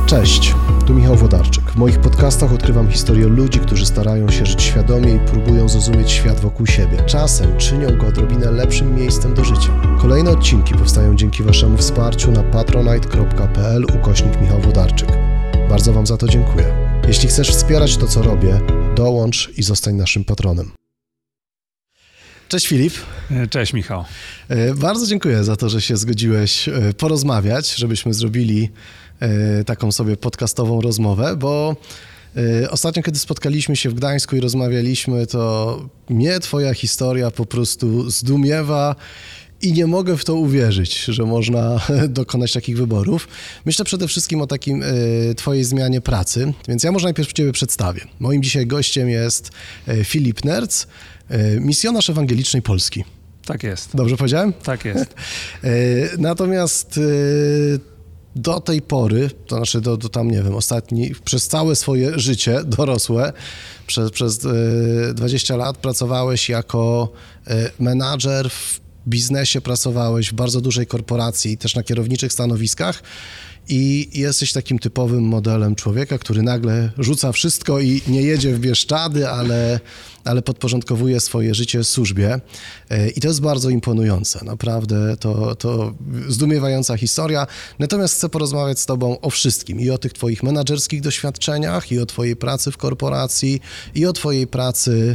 Cześć, tu Michał Włodarczyk. W moich podcastach odkrywam historię ludzi, którzy starają się żyć świadomie i próbują zrozumieć świat wokół siebie. Czasem czynią go odrobinę lepszym miejscem do życia. Kolejne odcinki powstają dzięki Waszemu wsparciu na patronite.pl/Michał Włodarczyk. Bardzo Wam za to dziękuję. Jeśli chcesz wspierać to, co robię, dołącz i zostań naszym patronem. Cześć Filip. Cześć Michał. Bardzo dziękuję za to, że się zgodziłeś porozmawiać, żebyśmy zrobili taką sobie podcastową rozmowę, bo ostatnio, kiedy spotkaliśmy się w Gdańsku i rozmawialiśmy, to mnie twoja historia po prostu zdumiewa i nie mogę w to uwierzyć, że można dokonać takich wyborów. Myślę przede wszystkim o takim twojej zmianie pracy, więc ja może najpierw ciebie przedstawię. Moim dzisiaj gościem jest Filip Nerz, misjonarz ewangelicznej Polski. Tak jest. Dobrze powiedziałem? Tak jest. Natomiast do tej pory, to znaczy do tam, nie wiem, przez całe swoje życie dorosłe, przez 20 lat pracowałeś jako menadżer w biznesie, pracowałeś w bardzo dużej korporacji, też na kierowniczych stanowiskach i jesteś takim typowym modelem człowieka, który nagle rzuca wszystko i nie jedzie w Bieszczady, ale podporządkowuje swoje życie służbie. I to jest bardzo imponujące. Naprawdę to zdumiewająca historia. Natomiast chcę porozmawiać z tobą o wszystkim. I o tych twoich menadżerskich doświadczeniach, i o twojej pracy w korporacji, i o twojej pracy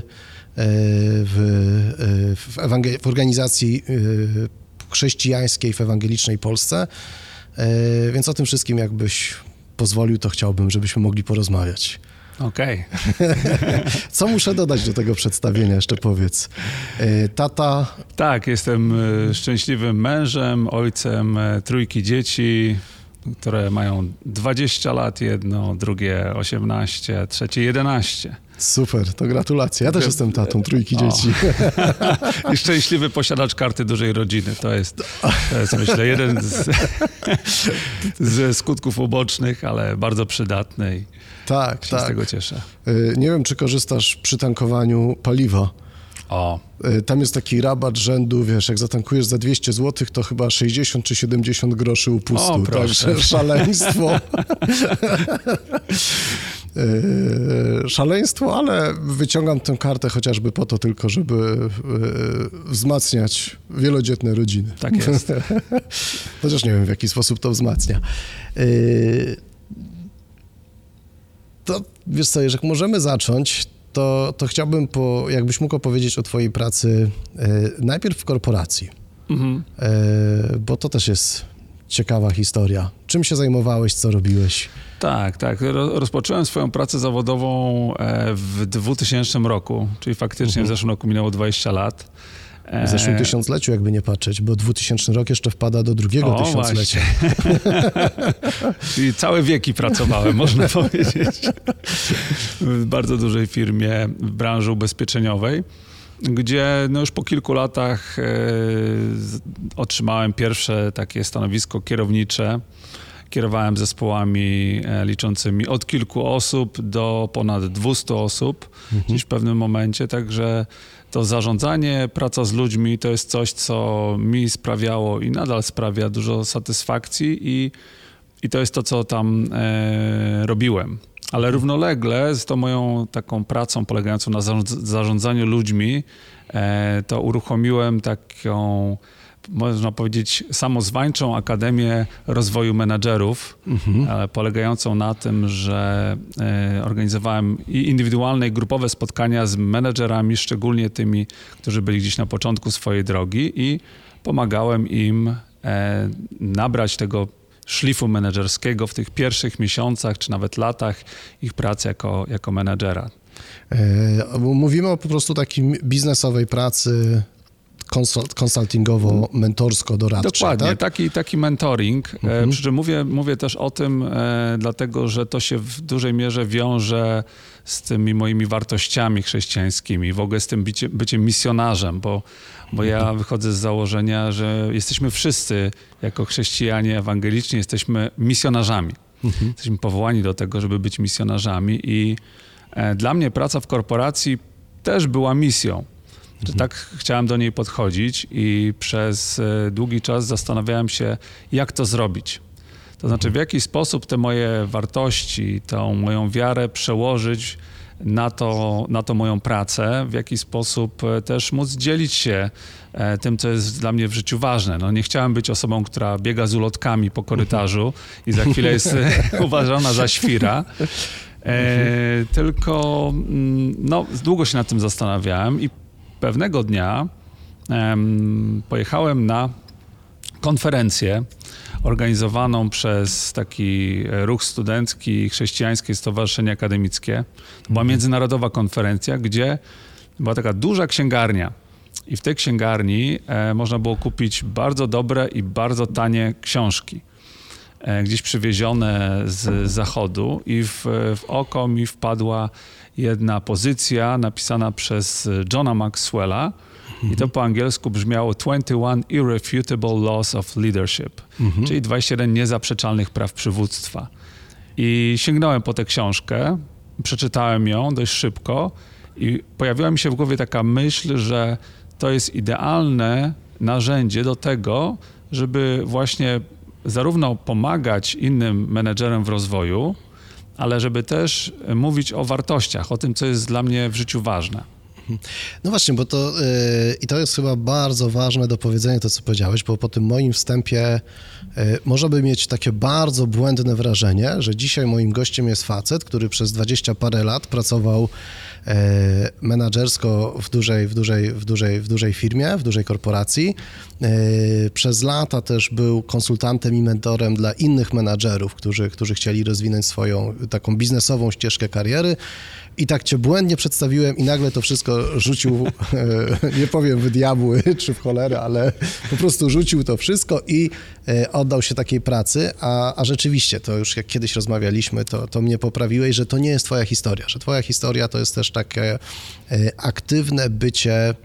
w organizacji chrześcijańskiej w ewangelicznej Polsce. Więc o tym wszystkim, jakbyś pozwolił, to chciałbym, żebyśmy mogli porozmawiać. Okej. Co muszę dodać do tego przedstawienia? Jeszcze powiedz. Tata... Tak, jestem szczęśliwym mężem, ojcem trójki dzieci, które mają 20 lat, jedno, drugie 18, trzecie 11. Super, to gratulacje. Ja też jestem tatą trójki dzieci. I szczęśliwy posiadacz karty dużej rodziny. To jest myślę, jeden ze skutków ubocznych, ale bardzo przydatny. Tak, się z tego cieszę. Nie wiem, czy korzystasz przy tankowaniu paliwa. O. Tam jest taki rabat rzędu, wiesz, jak zatankujesz za 200 zł, to chyba 60 czy 70 groszy upustu. Także szaleństwo. Szaleństwo, ale wyciągam tę kartę chociażby po to tylko, żeby wzmacniać wielodzietne rodziny. Tak jest. Chociaż nie wiem, w jaki sposób to wzmacnia. To wiesz co, jeżeli możemy zacząć, to chciałbym, jakbyś mógł opowiedzieć o twojej pracy najpierw w korporacji, bo to też jest ciekawa historia. Czym się zajmowałeś, co robiłeś? Tak. Rozpocząłem swoją pracę zawodową w 2000 roku, czyli faktycznie w zeszłym roku minęło 20 lat. W zeszłym tysiącleciu, jakby nie patrzeć, bo 2000 rok jeszcze wpada do drugiego tysiąclecia. Czyli całe wieki pracowałem, można powiedzieć, w bardzo dużej firmie w branży ubezpieczeniowej, gdzie już po kilku latach otrzymałem pierwsze takie stanowisko kierownicze. Kierowałem zespołami liczącymi od kilku osób do ponad 200 osób gdzieś w pewnym momencie, także to zarządzanie, praca z ludźmi to jest coś, co mi sprawiało i nadal sprawia dużo satysfakcji i to jest to, co tam robiłem. Ale równolegle z tą moją taką pracą polegającą na zarządzaniu ludźmi, to uruchomiłem taką, można powiedzieć, samozwańczą Akademię Rozwoju Menadżerów, polegającą na tym, że organizowałem i indywidualne, i grupowe spotkania z menedżerami, szczególnie tymi, którzy byli gdzieś na początku swojej drogi i pomagałem im nabrać tego szlifu menedżerskiego w tych pierwszych miesiącach, czy nawet latach ich pracy jako menedżera. Mówimy o po prostu takim biznesowej pracy konsultingowo-mentorsko-doradczej. Dokładnie, tak? taki mentoring. Przy czym mówię też o tym, dlatego że to się w dużej mierze wiąże z tymi moimi wartościami chrześcijańskimi, w ogóle z tym byciem misjonarzem, bo ja wychodzę z założenia, że jesteśmy wszyscy jako chrześcijanie ewangeliczni, jesteśmy misjonarzami. Jesteśmy powołani do tego, żeby być misjonarzami i dla mnie praca w korporacji też była misją. Tak chciałem do niej podchodzić i przez długi czas zastanawiałem się, jak to zrobić. To znaczy, w jaki sposób te moje wartości, tą moją wiarę przełożyć na to moją pracę, w jaki sposób też móc dzielić się tym, co jest dla mnie w życiu ważne. No, nie chciałem być osobą, która biega z ulotkami po korytarzu i za chwilę jest uważana za świra. Tylko no, długo się nad tym zastanawiałem i pewnego dnia pojechałem na konferencję organizowaną przez taki ruch studencki Chrześcijańskie Stowarzyszenie Akademickie. To była międzynarodowa konferencja, gdzie była taka duża księgarnia i w tej księgarni można było kupić bardzo dobre i bardzo tanie książki. Gdzieś przywiezione z zachodu i w oko mi wpadła jedna pozycja napisana przez Johna Maxwella i to po angielsku brzmiało 21 Irrefutable Laws of Leadership, czyli 21 niezaprzeczalnych praw przywództwa. I sięgnąłem po tę książkę, przeczytałem ją dość szybko i pojawiła mi się w głowie taka myśl, że to jest idealne narzędzie do tego, żeby właśnie zarówno pomagać innym menedżerom w rozwoju, ale żeby też mówić o wartościach, o tym, co jest dla mnie w życiu ważne. No właśnie, bo to i to jest chyba bardzo ważne do powiedzenia to, co powiedziałeś, bo po tym moim wstępie można by mieć takie bardzo błędne wrażenie, że dzisiaj moim gościem jest facet, który przez 20 parę lat pracował menadżersko w dużej firmie, w dużej korporacji. Przez lata też był konsultantem i mentorem dla innych menadżerów, którzy chcieli rozwinąć swoją taką biznesową ścieżkę kariery. I tak cię błędnie przedstawiłem i nagle to wszystko rzucił, nie powiem w diabły czy w cholerę, ale po prostu rzucił to wszystko i oddał się takiej pracy, a rzeczywiście, to już jak kiedyś rozmawialiśmy, to mnie poprawiłeś, że to nie jest twoja historia, że twoja historia to jest też takie aktywne bycie,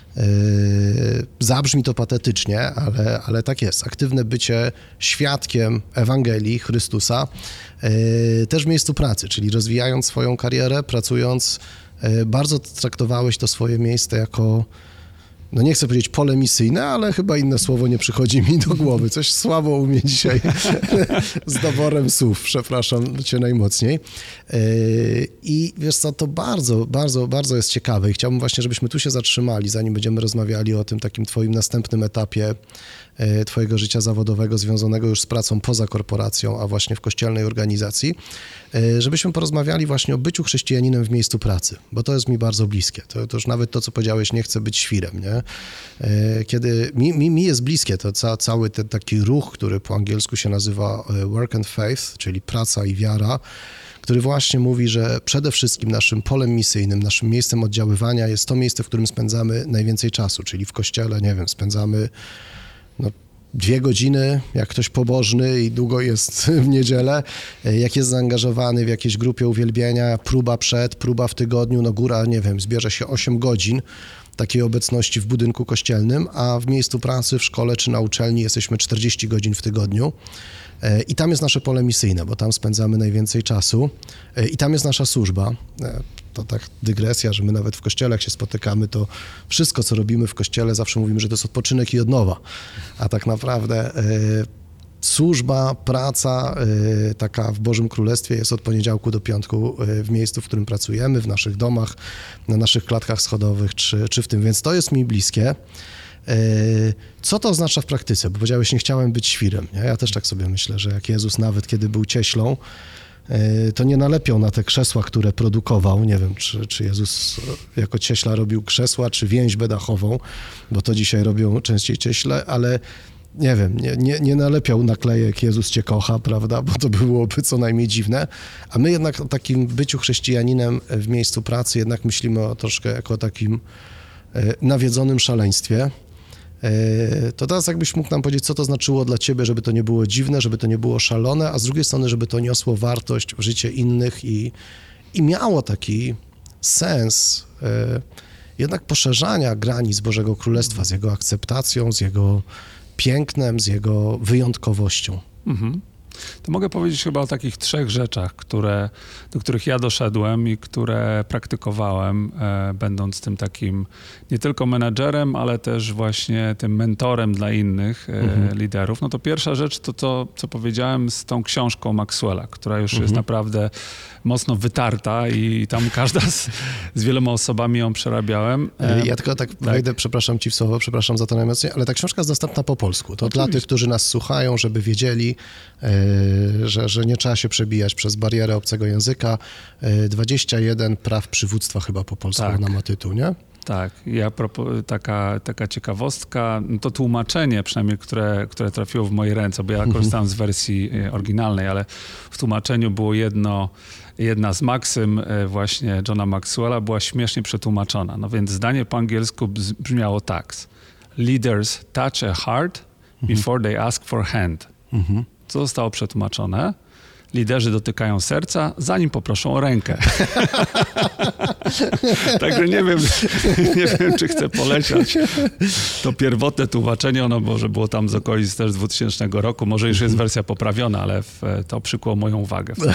zabrzmi to patetycznie, ale tak jest, aktywne bycie świadkiem Ewangelii Chrystusa, też w miejscu pracy, czyli rozwijając swoją karierę, pracując, bardzo traktowałeś to swoje miejsce jako, no nie chcę powiedzieć pole misyjne, ale chyba inne słowo nie przychodzi mi do głowy. Coś słabo u mnie dzisiaj z doborem słów, przepraszam cię najmocniej. I wiesz co, to bardzo jest ciekawe i chciałbym właśnie, żebyśmy tu się zatrzymali, zanim będziemy rozmawiali o tym takim twoim następnym etapie twojego życia zawodowego związanego już z pracą poza korporacją, a właśnie w kościelnej organizacji, żebyśmy porozmawiali właśnie o byciu chrześcijaninem w miejscu pracy, bo to jest mi bardzo bliskie. To już nawet to, co powiedziałeś, nie chcę być świrem, nie? Kiedy mi jest bliskie to cały ten taki ruch, który po angielsku się nazywa work and faith, czyli praca i wiara, który właśnie mówi, że przede wszystkim naszym polem misyjnym, naszym miejscem oddziaływania jest to miejsce, w którym spędzamy najwięcej czasu, czyli w kościele, nie wiem, spędzamy 2 godziny, jak ktoś pobożny i długo jest w niedzielę, jak jest zaangażowany w jakiejś grupie uwielbienia, próba w tygodniu, no góra, nie wiem, zbierze się 8 godzin takiej obecności w budynku kościelnym, a w miejscu pracy, w szkole czy na uczelni jesteśmy 40 godzin w tygodniu. I tam jest nasze pole misyjne, bo tam spędzamy najwięcej czasu i tam jest nasza służba. To tak dygresja, że my nawet w kościele, jak się spotykamy, to wszystko, co robimy w kościele, zawsze mówimy, że to jest odpoczynek i odnowa. A tak naprawdę służba, praca taka w Bożym Królestwie jest od poniedziałku do piątku w miejscu, w którym pracujemy, w naszych domach, na naszych klatkach schodowych czy w tym, więc to jest mi bliskie. Co to oznacza w praktyce? Bo powiedziałeś, nie chciałem być świrem. Nie? Ja też tak sobie myślę, że jak Jezus nawet kiedy był cieślą, to nie nalepiał na te krzesła, które produkował. Nie wiem, czy Jezus jako cieśla robił krzesła, czy więźbę dachową, bo to dzisiaj robią częściej cieśle, ale nie wiem, nie nalepiał naklejek Jezus cię kocha, prawda, bo to byłoby co najmniej dziwne. A my jednak o takim byciu chrześcijaninem w miejscu pracy jednak myślimy o troszkę jako o takim nawiedzonym szaleństwie. To teraz jakbyś mógł nam powiedzieć, co to znaczyło dla ciebie, żeby to nie było dziwne, żeby to nie było szalone, a z drugiej strony, żeby to niosło wartość w życie innych i miało taki sens jednak poszerzania granic Bożego Królestwa z jego akceptacją, z jego pięknem, z jego wyjątkowością. Mhm. To mogę powiedzieć chyba o takich 3 rzeczach, do których ja doszedłem i które praktykowałem, będąc tym takim nie tylko menadżerem, ale też właśnie tym mentorem dla innych liderów. No to pierwsza rzecz to to, co powiedziałem z tą książką Maxwella, która już jest naprawdę mocno wytarta i tam każda z wieloma osobami ją przerabiałem. Ja tylko tak wejdę, przepraszam ci w słowo, przepraszam za to emocje, ale ta książka jest dostępna po polsku. To dla tych, którzy nas słuchają, żeby wiedzieli, że nie trzeba się przebijać przez barierę obcego języka. 21 praw przywództwa chyba po polsku ona ma tytuł, nie? Tak, taka ciekawostka, to tłumaczenie przynajmniej, które trafiło w moje ręce, bo ja korzystałem z wersji oryginalnej, ale w tłumaczeniu było jedna z maksym właśnie Johna Maxwella była śmiesznie przetłumaczona. No więc zdanie po angielsku brzmiało tak. Leaders touch a heart before they ask for hand. Co zostało przetłumaczone? Liderzy dotykają serca, zanim poproszą o rękę. Także nie wiem, czy chcę poleciać to pierwotne tłumaczenie, ono może było tam z okolic też 2000 roku, może już jest wersja poprawiona, ale to przykuło moją uwagę wtedy.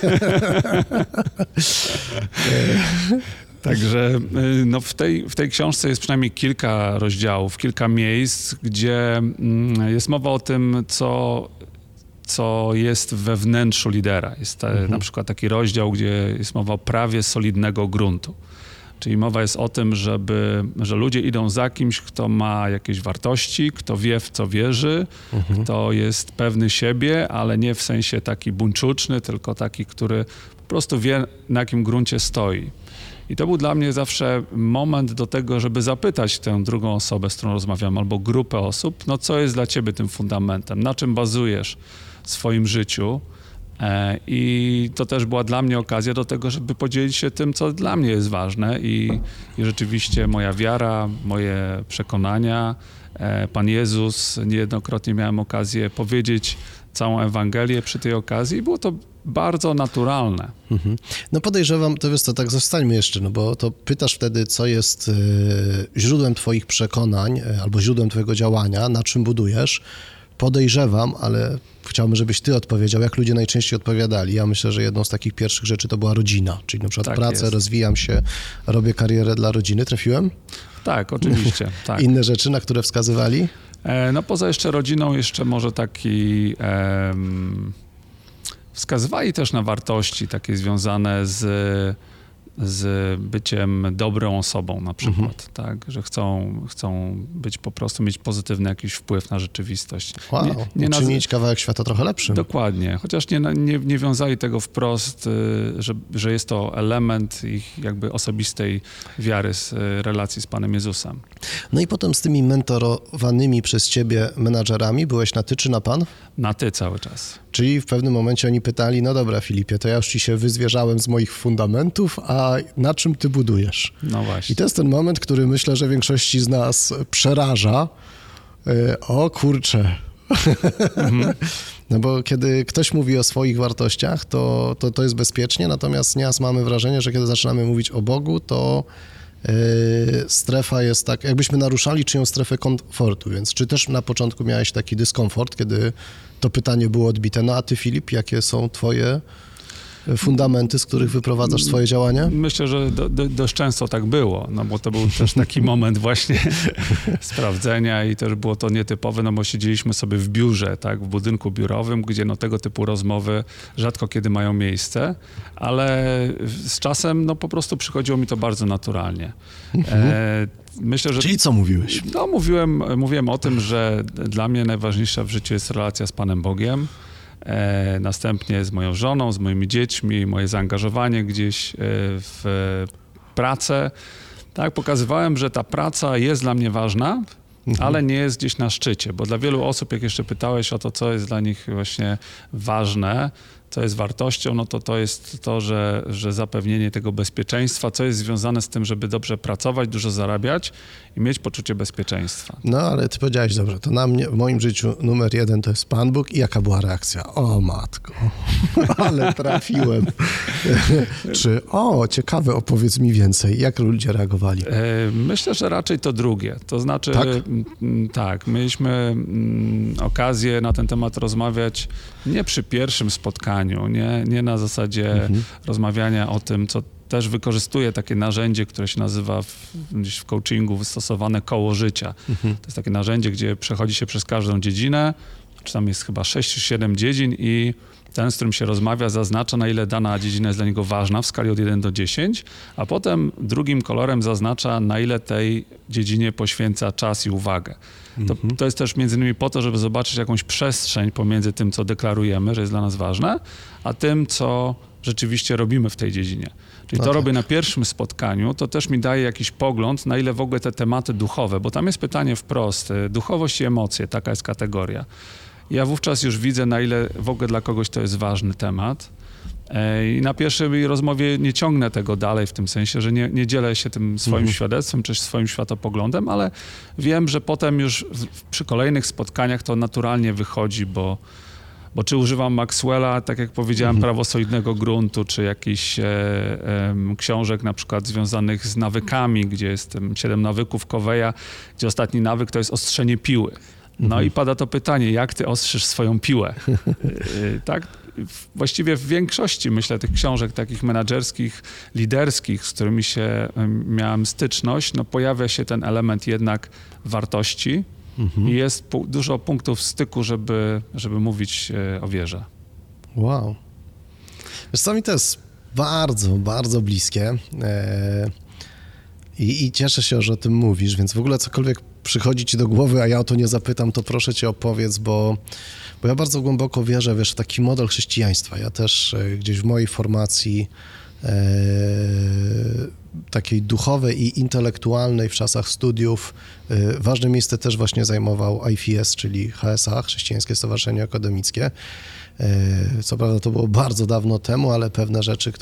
Także no w tej książce jest przynajmniej kilka rozdziałów, kilka miejsc, gdzie jest mowa o tym, co jest we wnętrzu lidera. Jest na przykład taki rozdział, gdzie jest mowa o prawie solidnego gruntu. Czyli mowa jest o tym, że ludzie idą za kimś, kto ma jakieś wartości, kto wie, w co wierzy, kto jest pewny siebie, ale nie w sensie taki buńczuczny, tylko taki, który po prostu wie, na jakim gruncie stoi. I to był dla mnie zawsze moment do tego, żeby zapytać tę drugą osobę, z którą rozmawiam, albo grupę osób, no co jest dla ciebie tym fundamentem, na czym bazujesz w swoim życiu. I to też była dla mnie okazja do tego, żeby podzielić się tym, co dla mnie jest ważne i rzeczywiście moja wiara, moje przekonania, Pan Jezus, niejednokrotnie miałem okazję powiedzieć całą Ewangelię przy tej okazji i było to bardzo naturalne. No podejrzewam, to wiesz co, tak zostańmy jeszcze, no bo to pytasz wtedy, co jest źródłem twoich przekonań albo źródłem twojego działania, na czym budujesz. Podejrzewam, ale chciałbym, żebyś ty odpowiedział, jak ludzie najczęściej odpowiadali. Ja myślę, że jedną z takich pierwszych rzeczy to była rodzina, czyli na przykład tak pracę, jest. rozwijam się, robię karierę dla rodziny. Trafiłem? Tak, oczywiście. Tak. Inne rzeczy, na które wskazywali? No poza jeszcze rodziną, jeszcze może taki... wskazywali też na wartości takie związane z byciem dobrą osobą na przykład, tak, że chcą być po prostu, mieć pozytywny jakiś wpływ na rzeczywistość. Wow, uczynić kawałek świata trochę lepszym. Dokładnie, chociaż nie wiązali tego wprost, że jest to element ich jakby osobistej wiary, z relacji z Panem Jezusem. No i potem z tymi mentorowanymi przez ciebie menadżerami byłeś na ty czy na pan? Na ty cały czas. Czyli w pewnym momencie oni pytali, no dobra Filipie, to ja już ci się wyzwierzałem z moich fundamentów, a na czym ty budujesz? No właśnie. I to jest ten moment, który myślę, że większości z nas przeraża. O kurczę. No bo kiedy ktoś mówi o swoich wartościach, to jest bezpiecznie, natomiast nieraz mamy wrażenie, że kiedy zaczynamy mówić o Bogu, to strefa jest tak, jakbyśmy naruszali czyjąś strefę komfortu, więc czy też na początku miałeś taki dyskomfort, kiedy to pytanie było odbite, no a ty Filip, jakie są twoje fundamenty, z których wyprowadzasz swoje działania? Myślę, że dość często tak było, no bo to był też taki moment właśnie sprawdzenia i też było to nietypowe, no bo siedzieliśmy sobie w biurze, tak, w budynku biurowym, gdzie no tego typu rozmowy rzadko kiedy mają miejsce, ale z czasem no po prostu przychodziło mi to bardzo naturalnie. Myślę, że... Czyli co mówiłeś? No mówiłem o tym, że dla mnie najważniejsza w życiu jest relacja z Panem Bogiem, następnie z moją żoną, z moimi dziećmi, moje zaangażowanie gdzieś w pracę. Tak, pokazywałem, że ta praca jest dla mnie ważna, ale nie jest gdzieś na szczycie, bo dla wielu osób, jak jeszcze pytałeś o to, co jest dla nich właśnie ważne, co jest wartością, no to jest to, że zapewnienie tego bezpieczeństwa, co jest związane z tym, żeby dobrze pracować, dużo zarabiać i mieć poczucie bezpieczeństwa. No, ale ty powiedziałeś, dobrze, to na mnie, w moim życiu numer 1 to jest Pan Bóg i jaka była reakcja? O matko, ale trafiłem. Czy, ciekawe, opowiedz mi więcej. Jak ludzie reagowali? Myślę, że raczej to drugie. To znaczy, tak, mieliśmy okazję na ten temat rozmawiać nie przy pierwszym spotkaniu, nie na zasadzie rozmawiania o tym, co też wykorzystuje takie narzędzie, które się nazywa gdzieś w coachingu wystosowane koło życia. To jest takie narzędzie, gdzie przechodzi się przez każdą dziedzinę, czy tam jest chyba 6 czy 7 dziedzin i ten, z którym się rozmawia, zaznacza, na ile dana dziedzina jest dla niego ważna w skali od 1 do 10, a potem drugim kolorem zaznacza, na ile tej dziedzinie poświęca czas i uwagę. To jest też między innymi po to, żeby zobaczyć jakąś przestrzeń pomiędzy tym, co deklarujemy, że jest dla nas ważne, a tym, co rzeczywiście robimy w tej dziedzinie. Czyli to robię na pierwszym spotkaniu, to też mi daje jakiś pogląd, na ile w ogóle te tematy duchowe, bo tam jest pytanie wprost, duchowość i emocje, taka jest kategoria. Ja wówczas już widzę, na ile w ogóle dla kogoś to jest ważny temat. I na pierwszej rozmowie nie ciągnę tego dalej, w tym sensie, że nie dzielę się tym swoim świadectwem czy swoim światopoglądem, ale wiem, że potem już przy kolejnych spotkaniach to naturalnie wychodzi, bo czy używam Maxwella, tak jak powiedziałem, prawo solidnego gruntu, czy jakichś książek na przykład związanych z nawykami, gdzie jest 7 nawyków Coveya, gdzie ostatni nawyk to jest ostrzenie piły. No i pada to pytanie, jak ty ostrzysz swoją piłę? Tak? Właściwie w większości, myślę, tych książek takich menadżerskich, liderskich, z którymi się miałem styczność, no pojawia się ten element jednak wartości i jest dużo punktów styku, żeby mówić o wierze. Wow. Wiesz co, mi to jest bardzo, bardzo bliskie i cieszę się, że o tym mówisz, więc w ogóle cokolwiek przychodzi ci do głowy, a ja o to nie zapytam, to proszę cię opowiedz, bo ja bardzo głęboko wierzę, wiesz, w taki model chrześcijaństwa. Ja też gdzieś w mojej formacji takiej duchowej i intelektualnej w czasach studiów ważne miejsce też właśnie zajmował IFS, czyli HSA, Chrześcijańskie Stowarzyszenie Akademickie. Co prawda to było bardzo dawno temu, ale pewne rzeczy,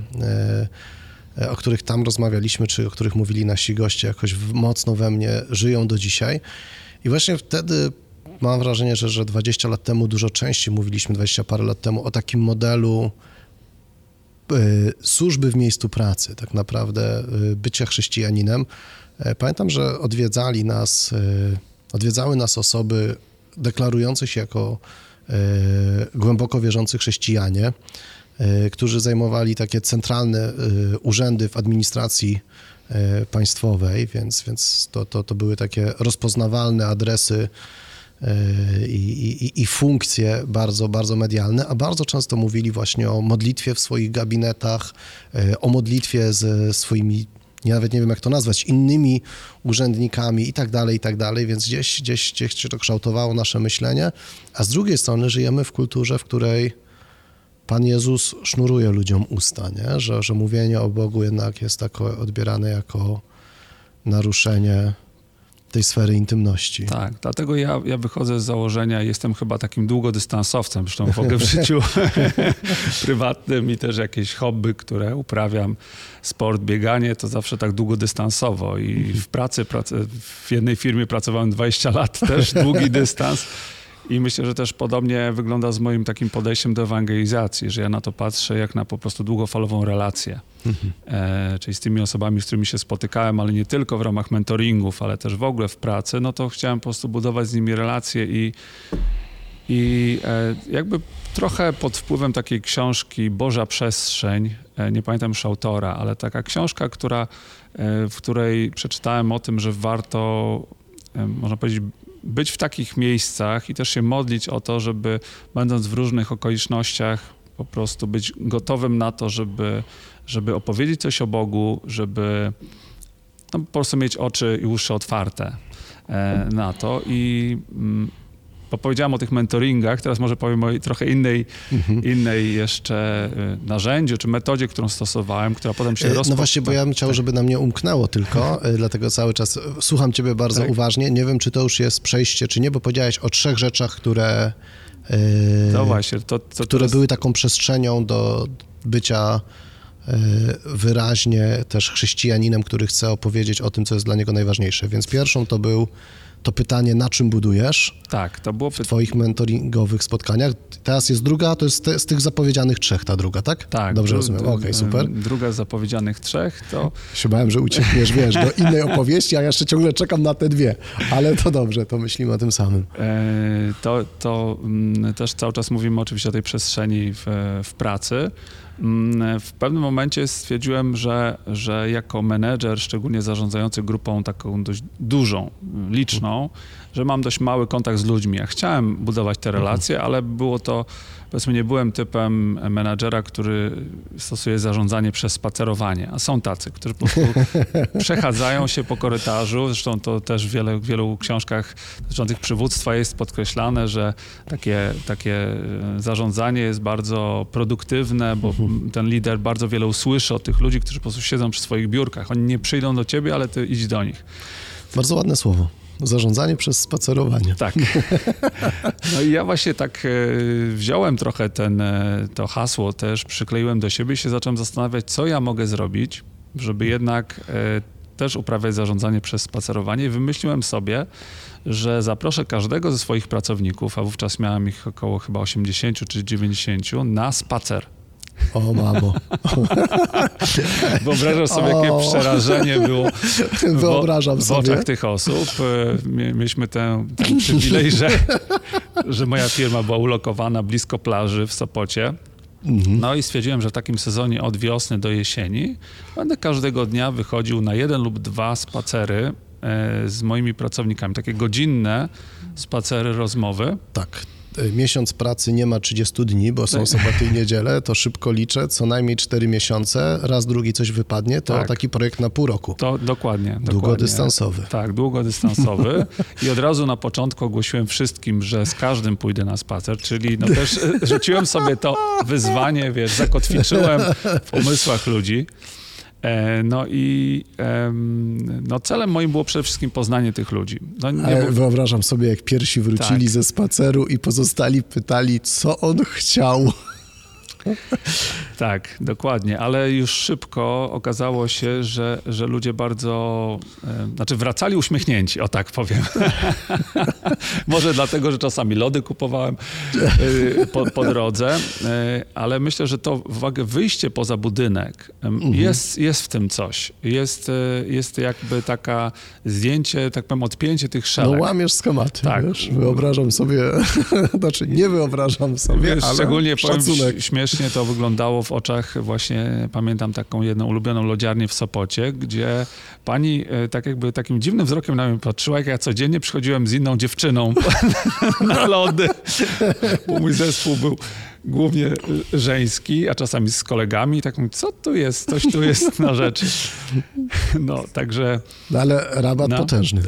o których tam rozmawialiśmy, czy o których mówili nasi goście, jakoś mocno we mnie żyją do dzisiaj. I właśnie wtedy mam wrażenie, że 20 lat temu dużo częściej mówiliśmy, 20 parę lat temu, o takim modelu służby w miejscu pracy, tak naprawdę bycia chrześcijaninem. Pamiętam, że odwiedzały nas osoby deklarujące się jako głęboko wierzący chrześcijanie, którzy zajmowali takie centralne urzędy w administracji państwowej, więc to były takie rozpoznawalne adresy i funkcje bardzo, bardzo medialne, a bardzo często mówili właśnie o modlitwie w swoich gabinetach, o modlitwie ze swoimi, nawet nie wiem jak to nazwać, innymi urzędnikami i tak dalej, więc gdzieś się to kształtowało nasze myślenie, a z drugiej strony żyjemy w kulturze, w której Pan Jezus sznuruje ludziom usta, nie? Że mówienie o Bogu jednak jest tak odbierane jako naruszenie tej sfery intymności. Tak, dlatego ja wychodzę z założenia, jestem chyba takim długodystansowcem, zresztą w ogóle w życiu prywatnym i też jakieś hobby, które uprawiam, sport, bieganie, to zawsze tak długodystansowo i w pracy w jednej firmie pracowałem 20 lat, też długi dystans. I myślę, że też podobnie wygląda z moim takim podejściem do ewangelizacji, że ja na to patrzę jak na po prostu długofalową relację. Czyli z tymi osobami, z którymi się spotykałem, ale nie tylko w ramach mentoringów, ale też w ogóle w pracy, no to chciałem po prostu budować z nimi relacje i jakby trochę pod wpływem takiej książki Boża Przestrzeń, nie pamiętam już autora, ale taka książka, w której przeczytałem o tym, że warto, można powiedzieć, być w takich miejscach i też się modlić o to, żeby będąc w różnych okolicznościach po prostu być gotowym na to, żeby opowiedzieć coś o Bogu, żeby po prostu mieć oczy i uszy otwarte na to. I bo powiedziałem o tych mentoringach, teraz może powiem o trochę innej jeszcze narzędziu czy metodzie, którą stosowałem, która potem się No właśnie, bo ja bym chciał, żeby nam nie umknęło tylko, dlatego cały czas słucham ciebie bardzo uważnie. Nie wiem, czy to już jest przejście, czy nie, bo powiedziałeś o 3 rzeczach, które To właśnie. które teraz... były taką przestrzenią do bycia wyraźnie też chrześcijaninem, który chce opowiedzieć o tym, co jest dla niego najważniejsze. Więc pierwszą to pytanie, na czym budujesz? Tak, to było w twoich mentoringowych spotkaniach. Teraz jest druga, to jest z tych zapowiedzianych 3, ta druga, tak? Tak. Dobrze rozumiem, okej, super. Druga z zapowiedzianych 3 to... Się bałem, że uciekniesz, wiesz, do innej opowieści, a ja jeszcze ciągle czekam na te 2, ale to dobrze, to myślimy o tym samym. Też cały czas mówimy oczywiście o tej przestrzeni w pracy. W pewnym momencie stwierdziłem, że jako menedżer, szczególnie zarządzający grupą taką dość dużą, liczną, że mam dość mały kontakt z ludźmi. Ja chciałem budować te relacje, ale było to, powiedzmy, nie byłem typem menadżera, który stosuje zarządzanie przez spacerowanie, a są tacy, którzy po prostu przechadzają się po korytarzu. Zresztą to też w wielu książkach dotyczących przywództwa jest podkreślane, że takie zarządzanie jest bardzo produktywne, bo ten lider bardzo wiele usłyszy od tych ludzi, którzy po prostu siedzą przy swoich biurkach. Oni nie przyjdą do ciebie, ale ty idź do nich. Bardzo ładne słowo. Zarządzanie przez spacerowanie. Tak. No i ja właśnie tak wziąłem trochę to hasło też, przykleiłem do siebie i się zacząłem zastanawiać, co ja mogę zrobić, żeby jednak też uprawiać zarządzanie przez spacerowanie i wymyśliłem sobie, że zaproszę każdego ze swoich pracowników, a wówczas miałem ich około chyba 80 czy 90, na spacer. O mamo. Wyobrażam sobie, jakie przerażenie było w oczach tych osób. Mieliśmy ten przywilej, że moja firma była ulokowana blisko plaży w Sopocie. No i stwierdziłem, że w takim sezonie od wiosny do jesieni będę każdego dnia wychodził na 1 lub 2 spacery z moimi pracownikami. Takie godzinne spacery, rozmowy. Tak. Miesiąc pracy nie ma 30 dni, bo są soboty i niedziele, to szybko liczę, co najmniej 4 miesiące, raz, drugi coś wypadnie, to taki projekt na pół roku. To dokładnie. Długodystansowy. Tak, długodystansowy. I od razu na początku ogłosiłem wszystkim, że z każdym pójdę na spacer, czyli no też rzuciłem sobie to wyzwanie, wiesz, zakotwiczyłem w umysłach ludzi. No i celem moim było przede wszystkim poznanie tych ludzi. Wyobrażam sobie, jak pierwsi wrócili ze spaceru i pozostali pytali, co on chciał. Tak, dokładnie, ale już szybko okazało się, że ludzie bardzo, wracali uśmiechnięci, o tak powiem. Może dlatego, że czasami lody kupowałem po drodze, ale myślę, że to wyjście poza budynek, jest w tym coś. Jest jakby taka zdjęcie, tak powiem, odpięcie tych szelek. No łamiesz schematy, tak. Wiesz? Wyobrażam sobie, nie wyobrażam sobie, wiesz, ale szczególnie szacunek. śmiesznie to wyglądało w oczach właśnie, pamiętam taką jedną ulubioną lodziarnię w Sopocie, gdzie pani tak jakby takim dziwnym wzrokiem na mnie patrzyła, jak ja codziennie przychodziłem z inną dziewczyną na lody, bo mój zespół był głównie żeński, a czasami z kolegami, tak mówię, co tu jest, coś tu jest na rzeczy. No, także... No, ale rabat potężny.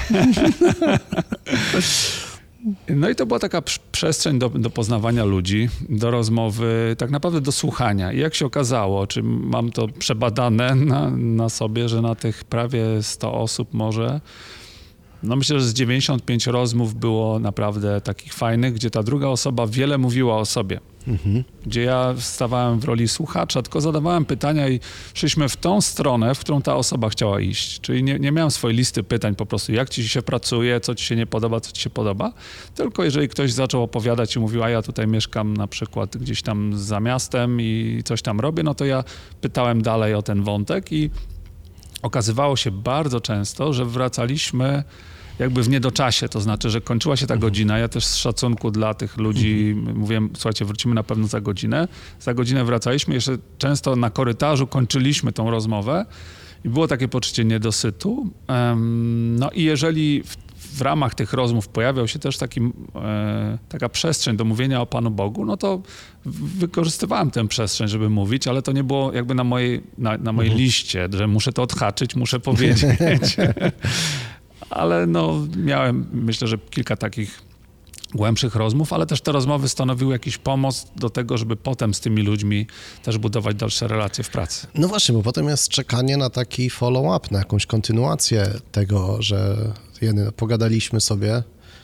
No i to była taka przestrzeń do poznawania ludzi, do rozmowy, tak naprawdę do słuchania. I jak się okazało, czy mam to przebadane na sobie, że na tych prawie 100 osób może, no myślę, że z 95 rozmów było naprawdę takich fajnych, gdzie ta druga osoba wiele mówiła o sobie. Gdzie ja stawałem w roli słuchacza, tylko zadawałem pytania i szliśmy w tą stronę, w którą ta osoba chciała iść. Czyli nie miałem swojej listy pytań po prostu, jak ci się pracuje, co ci się nie podoba, co ci się podoba. Tylko jeżeli ktoś zaczął opowiadać i mówił, a ja tutaj mieszkam na przykład gdzieś tam za miastem i coś tam robię, no to ja pytałem dalej o ten wątek i okazywało się bardzo często, że wracaliśmy jakby w niedoczasie, to znaczy, że kończyła się ta godzina. Ja też z szacunku dla tych ludzi mówiłem, słuchajcie, wrócimy na pewno za godzinę. Za godzinę wracaliśmy, jeszcze często na korytarzu kończyliśmy tą rozmowę i było takie poczucie niedosytu. No i jeżeli w ramach tych rozmów pojawiał się też taka przestrzeń do mówienia o Panu Bogu, no to wykorzystywałem tę przestrzeń, żeby mówić, ale to nie było jakby na mojej liście, że muszę to odhaczyć, muszę powiedzieć. Ale no miałem, myślę, że kilka takich głębszych rozmów, ale też te rozmowy stanowiły jakiś pomoc do tego, żeby potem z tymi ludźmi też budować dalsze relacje w pracy. No właśnie, bo potem jest czekanie na taki follow-up, na jakąś kontynuację tego, że pogadaliśmy sobie,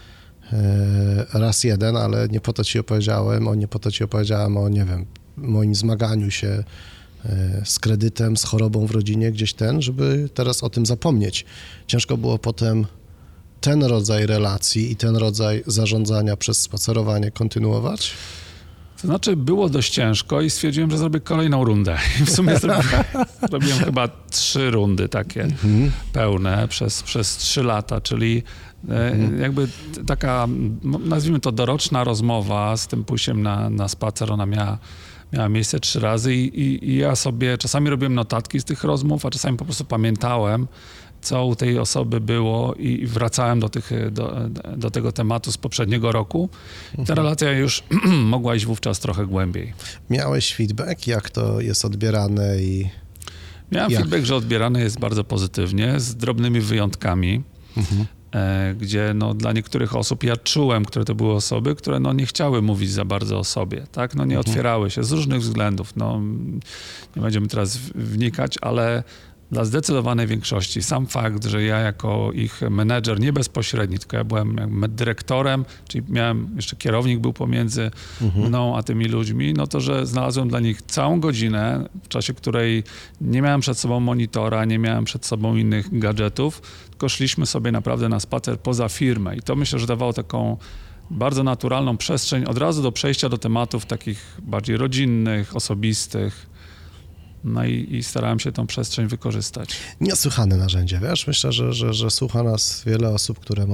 raz jeden, ale nie po to ci opowiedziałem, o, nie wiem, moim zmaganiu się z kredytem, z chorobą w rodzinie gdzieś żeby teraz o tym zapomnieć. Ciężko było potem ten rodzaj relacji i ten rodzaj zarządzania przez spacerowanie kontynuować? To znaczy było dość ciężko i stwierdziłem, że zrobię kolejną rundę. I w sumie zrobiłem chyba 3 rundy takie pełne przez 3 lata, czyli jakby taka, nazwijmy to doroczna rozmowa z tym pójściem na spacer, ona miała miejsce 3 razy i ja sobie czasami robiłem notatki z tych rozmów, a czasami po prostu pamiętałem, co u tej osoby było i wracałem do tego tematu z poprzedniego roku. Ta relacja już mogła iść wówczas trochę głębiej. Miałeś feedback, jak to jest odbierane i... Miałem feedback, że odbierane jest bardzo pozytywnie, z drobnymi wyjątkami, gdzie dla niektórych osób ja czułem, które to były osoby, które nie chciały mówić za bardzo o sobie, tak? Nie otwierały się z różnych względów. Nie będziemy teraz wnikać, ale dla zdecydowanej większości sam fakt, że ja jako ich menedżer, nie bezpośredni, tylko ja byłem dyrektorem, czyli jeszcze kierownik był pomiędzy mną a tymi ludźmi, to, że znalazłem dla nich całą godzinę, w czasie której nie miałem przed sobą monitora, nie miałem przed sobą innych gadżetów, tylko szliśmy sobie naprawdę na spacer poza firmę i to myślę, że dawało taką bardzo naturalną przestrzeń od razu do przejścia do tematów takich bardziej rodzinnych, osobistych. I starałem się tą przestrzeń wykorzystać. Niesłychane narzędzie, wiesz? Myślę, że słucha nas wiele osób, które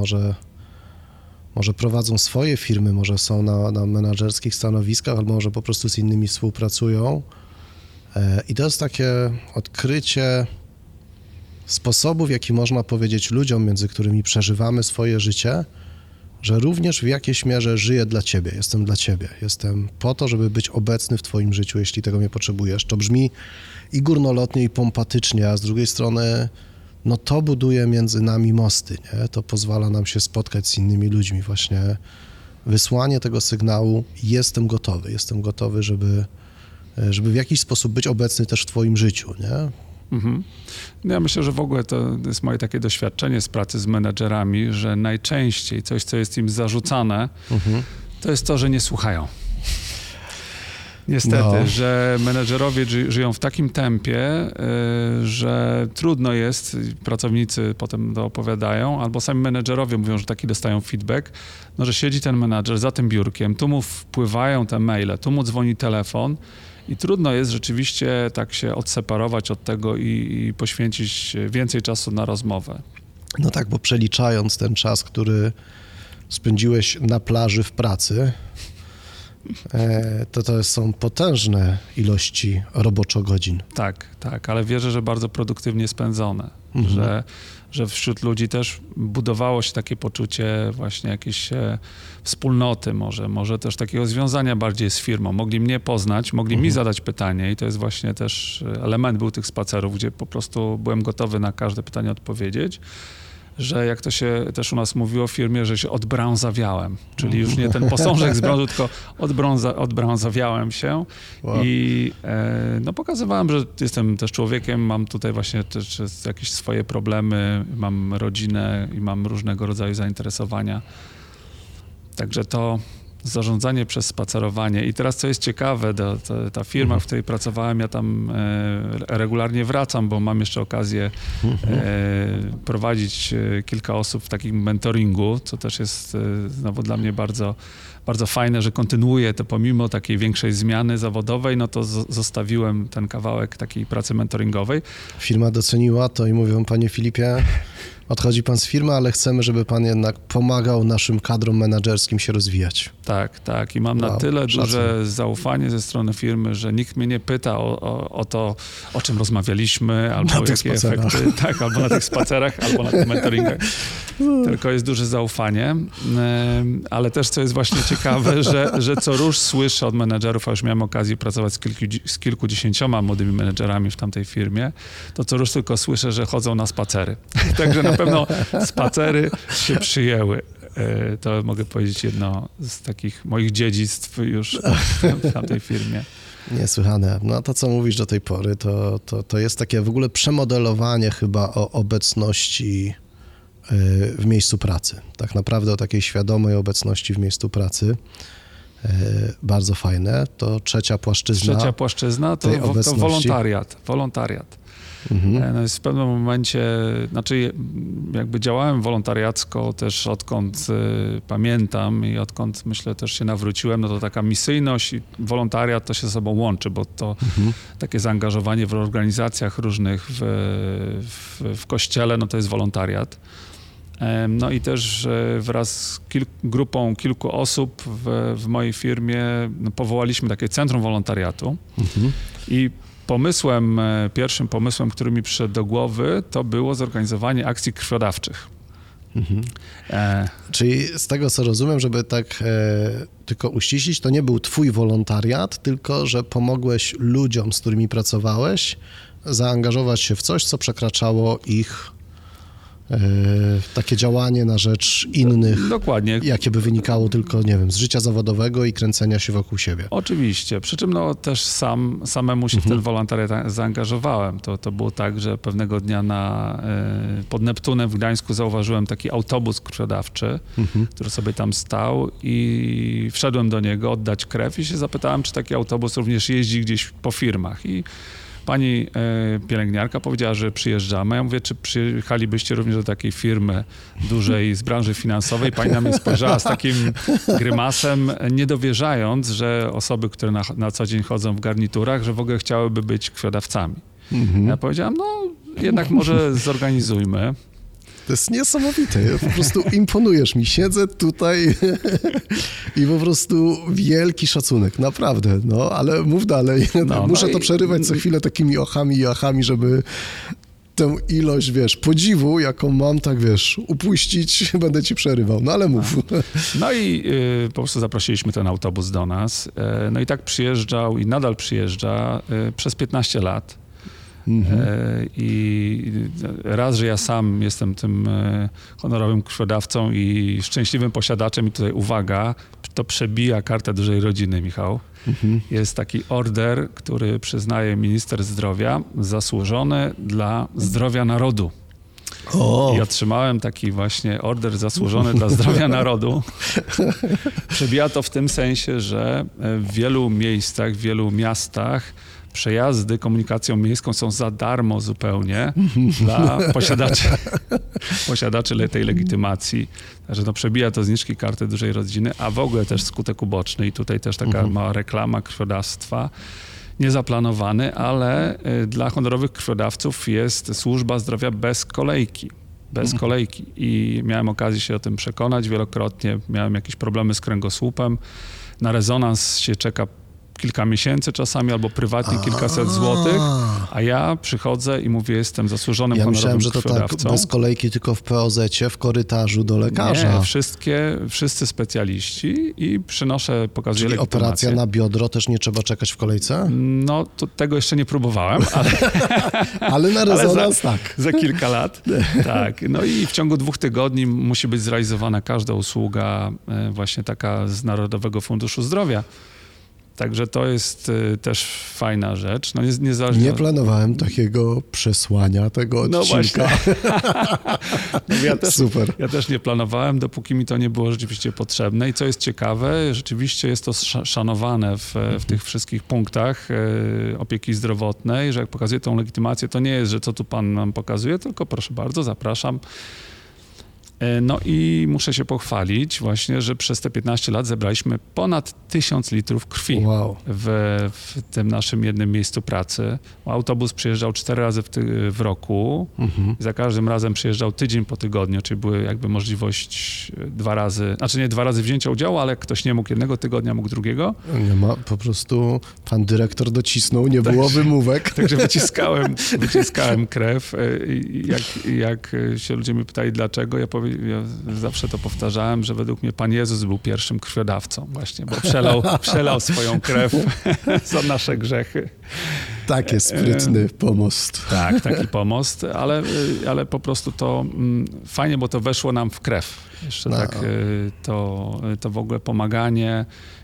może prowadzą swoje firmy, może są na menadżerskich stanowiskach, albo może po prostu z innymi współpracują. I to jest takie odkrycie sposobów, w jaki można powiedzieć ludziom, między którymi przeżywamy swoje życie, że również w jakiejś mierze żyję dla ciebie, jestem dla ciebie, jestem po to, żeby być obecny w twoim życiu, jeśli tego mnie potrzebujesz. To brzmi i górnolotnie, i pompatycznie, a z drugiej strony, to buduje między nami mosty, nie? To pozwala nam się spotkać z innymi ludźmi. Właśnie wysłanie tego sygnału, jestem gotowy, żeby w jakiś sposób być obecny też w twoim życiu, nie? Ja myślę, że w ogóle to jest moje takie doświadczenie z pracy z menedżerami, że najczęściej coś, co jest im zarzucane, to jest to, że nie słuchają. Niestety, że menedżerowie żyją w takim tempie, że trudno jest, pracownicy potem to opowiadają, albo sami menedżerowie mówią, że taki dostają feedback, że siedzi ten menedżer za tym biurkiem, tu mu wpływają te maile, tu mu dzwoni telefon, i trudno jest rzeczywiście tak się odseparować od tego i poświęcić więcej czasu na rozmowę. No tak, bo przeliczając ten czas, który spędziłeś na plaży w pracy, to są potężne ilości roboczo-godzin. Tak, ale wierzę, że bardzo produktywnie spędzone, że wśród ludzi też budowało się takie poczucie właśnie jakiejś wspólnoty, może też takiego związania bardziej z firmą. Mogli mnie poznać, mogli mi zadać pytanie i to jest właśnie też element był tych spacerów, gdzie po prostu byłem gotowy na każde pytanie odpowiedzieć, że jak to się też u nas mówiło w firmie, że się odbrązawiałem, czyli już nie ten posążek z brązu, tylko odbrązawiałem się. Wow. I pokazywałem, że jestem też człowiekiem, mam tutaj właśnie też jakieś swoje problemy, mam rodzinę i mam różnego rodzaju zainteresowania. Także to zarządzanie przez spacerowanie. I teraz, co jest ciekawe, ta firma, w której pracowałem, ja tam regularnie wracam, bo mam jeszcze okazję prowadzić kilka osób w takim mentoringu, co też jest znowu dla mnie bardzo, bardzo fajne, że kontynuuję to pomimo takiej większej zmiany zawodowej, to zostawiłem ten kawałek takiej pracy mentoringowej. Firma doceniła to i mówią, panie Filipie, odchodzi pan z firmy, ale chcemy, żeby pan jednak pomagał naszym kadrom menedżerskim się rozwijać. Tak. I mam na tyle duże zaufanie ze strony firmy, że nikt mnie nie pyta o to, o czym rozmawialiśmy, albo jakie efekty, albo na tych spacerach, albo na tych mentoringach. Tylko jest duże zaufanie, ale też, co jest właśnie ciekawe, że co róż słyszę od menedżerów, a już miałem okazję pracować z kilkudziesięcioma młodymi menedżerami w tamtej firmie, to co róż tylko słyszę, że chodzą na spacery. Także na pewno spacery się przyjęły. To mogę powiedzieć jedno z takich moich dziedzictw już w tamtej firmie. Niesłychane. To, co mówisz do tej pory, to jest takie w ogóle przemodelowanie chyba o obecności w miejscu pracy. Tak naprawdę o takiej świadomej obecności w miejscu pracy. Bardzo fajne. To trzecia płaszczyzna to tej obecności. Wolontariat. No jest w pewnym momencie, znaczy jakby działałem wolontariacko też odkąd pamiętam i odkąd myślę też się nawróciłem, no to taka misyjność i wolontariat to się ze sobą łączy, bo to takie zaangażowanie w organizacjach różnych w kościele, no to jest wolontariat. No i też wraz z grupą kilku osób w mojej firmie powołaliśmy takie centrum wolontariatu i pierwszym pomysłem, który mi przyszedł do głowy, to było zorganizowanie akcji krwiodawczych. Czyli z tego, co rozumiem, żeby tak tylko uściślić, to nie był twój wolontariat, tylko że pomogłeś ludziom, z którymi pracowałeś, zaangażować się w coś, co przekraczało ich takie działanie na rzecz innych. Dokładnie. Jakie by wynikało tylko, nie wiem, z życia zawodowego i kręcenia się wokół siebie. Oczywiście. Przy czym no, też samemu się w ten wolontariat zaangażowałem. To było tak, że pewnego dnia pod Neptunem w Gdańsku zauważyłem taki autobus krwiodawczy, który sobie tam stał i wszedłem do niego oddać krew i się zapytałem, czy taki autobus również jeździ gdzieś po firmach. I pani pielęgniarka powiedziała, że przyjeżdżamy. Ja mówię, czy przyjechalibyście również do takiej firmy dużej z branży finansowej? Pani na mnie spojrzała z takim grymasem, nie dowierzając, że osoby, które na co dzień chodzą w garniturach, że w ogóle chciałyby być krwiodawcami. Ja powiedziałam, no jednak może zorganizujmy. To jest niesamowite. Po prostu imponujesz mi. Siedzę tutaj i po prostu wielki szacunek. Naprawdę. No, ale mów dalej. Muszę to przerywać co chwilę takimi ochami i achami, żeby tę ilość, podziwu, jaką mam, tak upuścić, będę ci przerywał. No ale mów. No i po prostu zaprosiliśmy ten autobus do nas. No i tak przyjeżdżał i nadal przyjeżdża przez 15 lat. I raz, że ja sam jestem tym honorowym krwiodawcą i szczęśliwym posiadaczem i tutaj uwaga, to przebija Kartę Dużej Rodziny, Michał. Jest taki order, który przyznaje minister zdrowia, zasłużony dla zdrowia narodu. I otrzymałem taki właśnie order zasłużony dla zdrowia narodu. Przebija to w tym sensie, że w wielu miejscach, w wielu miastach przejazdy komunikacją miejską są za darmo zupełnie dla posiadaczy tej legitymacji. Także to przebija to zniżki Karty Dużej Rodziny, a w ogóle też skutek uboczny. I tutaj też taka mała reklama krwiodawstwa. Niezaplanowany, ale dla honorowych krwiodawców jest służba zdrowia bez kolejki. Bez kolejki. I miałem okazję się o tym przekonać wielokrotnie. Miałem jakieś problemy z kręgosłupem. Na rezonans się czeka kilka miesięcy czasami, albo prywatnie kilkaset złotych, a ja przychodzę i mówię, jestem zasłużonym honorowym krwiodawcą. Ja myślałem, że to tak bez kolejki, tylko w POZ-cie, w korytarzu do lekarza. Nie, wszyscy specjaliści i pokazuję legitymację. Operacja na biodro też nie trzeba czekać w kolejce? No, to tego jeszcze nie próbowałem, ale... ale na rezonans tak. Za kilka lat. Tak. No i w ciągu 2 tygodni musi być zrealizowana każda usługa właśnie taka z Narodowego Funduszu Zdrowia. Także to jest też fajna rzecz. No niezależnie nie planowałem takiego przesłania tego odcinka. No właśnie. Super. Ja też nie planowałem, dopóki mi to nie było rzeczywiście potrzebne. I co jest ciekawe, rzeczywiście jest to szanowane w tych wszystkich punktach opieki zdrowotnej, że jak pokazuję tą legitymację, to nie jest, że co tu pan nam pokazuje, tylko proszę bardzo, zapraszam. No i muszę się pochwalić właśnie, że przez te 15 lat zebraliśmy ponad 1000 litrów krwi w tym naszym jednym miejscu pracy. Autobus przyjeżdżał 4 razy w roku. I za każdym razem przyjeżdżał tydzień po tygodniu, czyli były jakby możliwość 2 razy, znaczy nie 2 razy wzięcia udziału, ale jak ktoś nie mógł jednego tygodnia, mógł drugiego. Nie ma, po prostu pan dyrektor docisnął, nie było wymówek. Także wyciskałem krew. Jak się ludzie mnie pytali dlaczego, ja zawsze to powtarzałem, że według mnie Pan Jezus był pierwszym krwiodawcą właśnie, bo przelał swoją krew za nasze grzechy. Taki sprytny pomost. Tak, taki pomost, ale po prostu to fajnie, bo to weszło nam w krew. Jeszcze tak to w ogóle pomaganie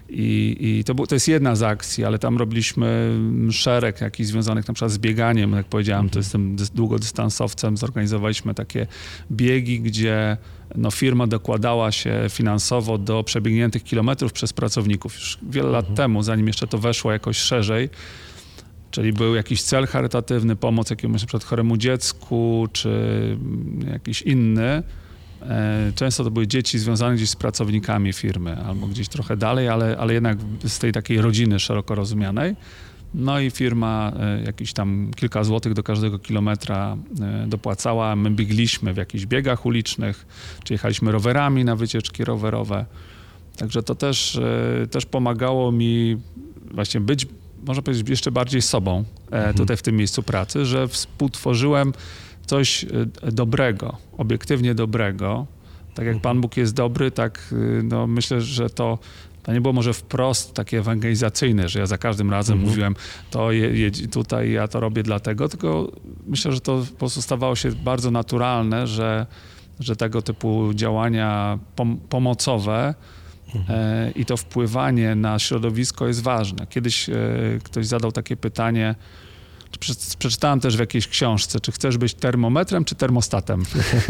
I to jest jedna z akcji, ale tam robiliśmy szereg jakichś związanych na przykład z bieganiem, jak powiedziałem, to jestem długodystansowcem, zorganizowaliśmy takie biegi, gdzie no, firma dokładała się finansowo do przebiegniętych kilometrów przez pracowników już wiele lat temu, zanim jeszcze to weszło jakoś szerzej. Czyli był jakiś cel charytatywny, pomoc jakiemuś na przykład choremu dziecku, czy jakiś inny. Często to były dzieci związane gdzieś z pracownikami firmy, albo gdzieś trochę dalej, ale jednak z tej takiej rodziny szeroko rozumianej. No i firma jakieś tam kilka złotych do każdego kilometra dopłacała. My biegliśmy w jakichś biegach ulicznych, czy jechaliśmy rowerami na wycieczki rowerowe. Także to też pomagało mi właśnie być, można powiedzieć, jeszcze bardziej sobą tutaj w tym miejscu pracy, że współtworzyłem coś dobrego, obiektywnie dobrego. Tak jak Pan Bóg jest dobry, tak no, myślę, że to nie było może wprost takie ewangelizacyjne, że ja za każdym razem mówiłem, to jedź tutaj, ja to robię dlatego, tylko myślę, że to po prostu stawało się bardzo naturalne, że tego typu działania pomocowe i to wpływanie na środowisko jest ważne. Kiedyś ktoś zadał takie pytanie, przeczytałem też w jakiejś książce, czy chcesz być termometrem, czy termostatem?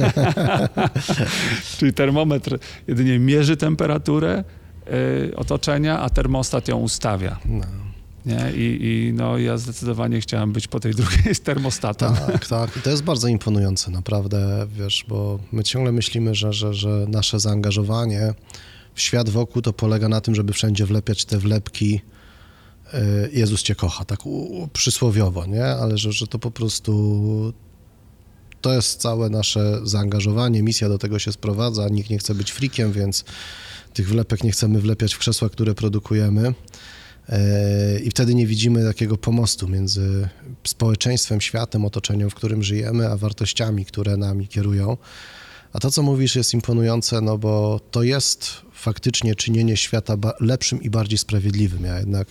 Czyli termometr jedynie mierzy temperaturę otoczenia, a termostat ją ustawia. No. Nie? I no, ja zdecydowanie chciałem być po tej drugiej z termostatem. Tak. I to jest bardzo imponujące, naprawdę, wiesz, bo my ciągle myślimy, że nasze zaangażowanie w świat wokół to polega na tym, żeby wszędzie wlepiać te wlepki Jezus cię kocha, tak przysłowiowo, nie? Ale że to po prostu to jest całe nasze zaangażowanie, misja do tego się sprowadza, nikt nie chce być frikiem, więc tych wlepek nie chcemy wlepiać w krzesła, które produkujemy i wtedy nie widzimy takiego pomostu między społeczeństwem, światem, otoczeniem, w którym żyjemy, a wartościami, które nami kierują. A to, co mówisz, jest imponujące, no bo to jest faktycznie czynienie świata lepszym i bardziej sprawiedliwym. Ja jednak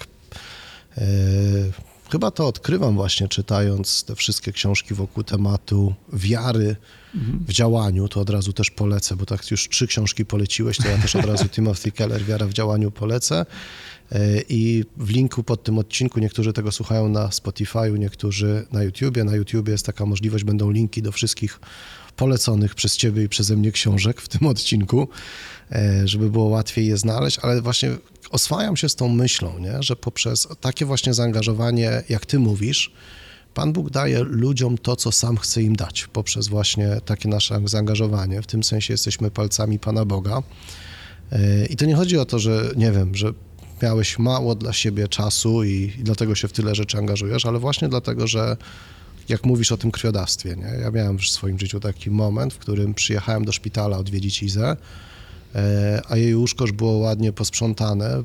chyba to odkrywam właśnie czytając te wszystkie książki wokół tematu wiary w działaniu, to od razu też polecę, bo tak już 3 książki poleciłeś, to ja też od razu Timothy Keller, Wiara w działaniu polecę i w linku pod tym odcinku, niektórzy tego słuchają na Spotify'u, niektórzy na YouTubie. Na YouTubie jest taka możliwość, będą linki do wszystkich poleconych przez Ciebie i przeze mnie książek w tym odcinku, żeby było łatwiej je znaleźć, ale właśnie oswajam się z tą myślą, nie? Że poprzez takie właśnie zaangażowanie, jak Ty mówisz, Pan Bóg daje ludziom to, co sam chce im dać, poprzez właśnie takie nasze zaangażowanie. W tym sensie jesteśmy palcami Pana Boga. I to nie chodzi o to, że nie wiem, że miałeś mało dla siebie czasu i dlatego się w tyle rzeczy angażujesz, ale właśnie dlatego, że jak mówisz o tym krwiodawstwie, nie? Ja miałem w swoim życiu taki moment, w którym przyjechałem do szpitala odwiedzić Izę, a jej łóżko już było ładnie posprzątane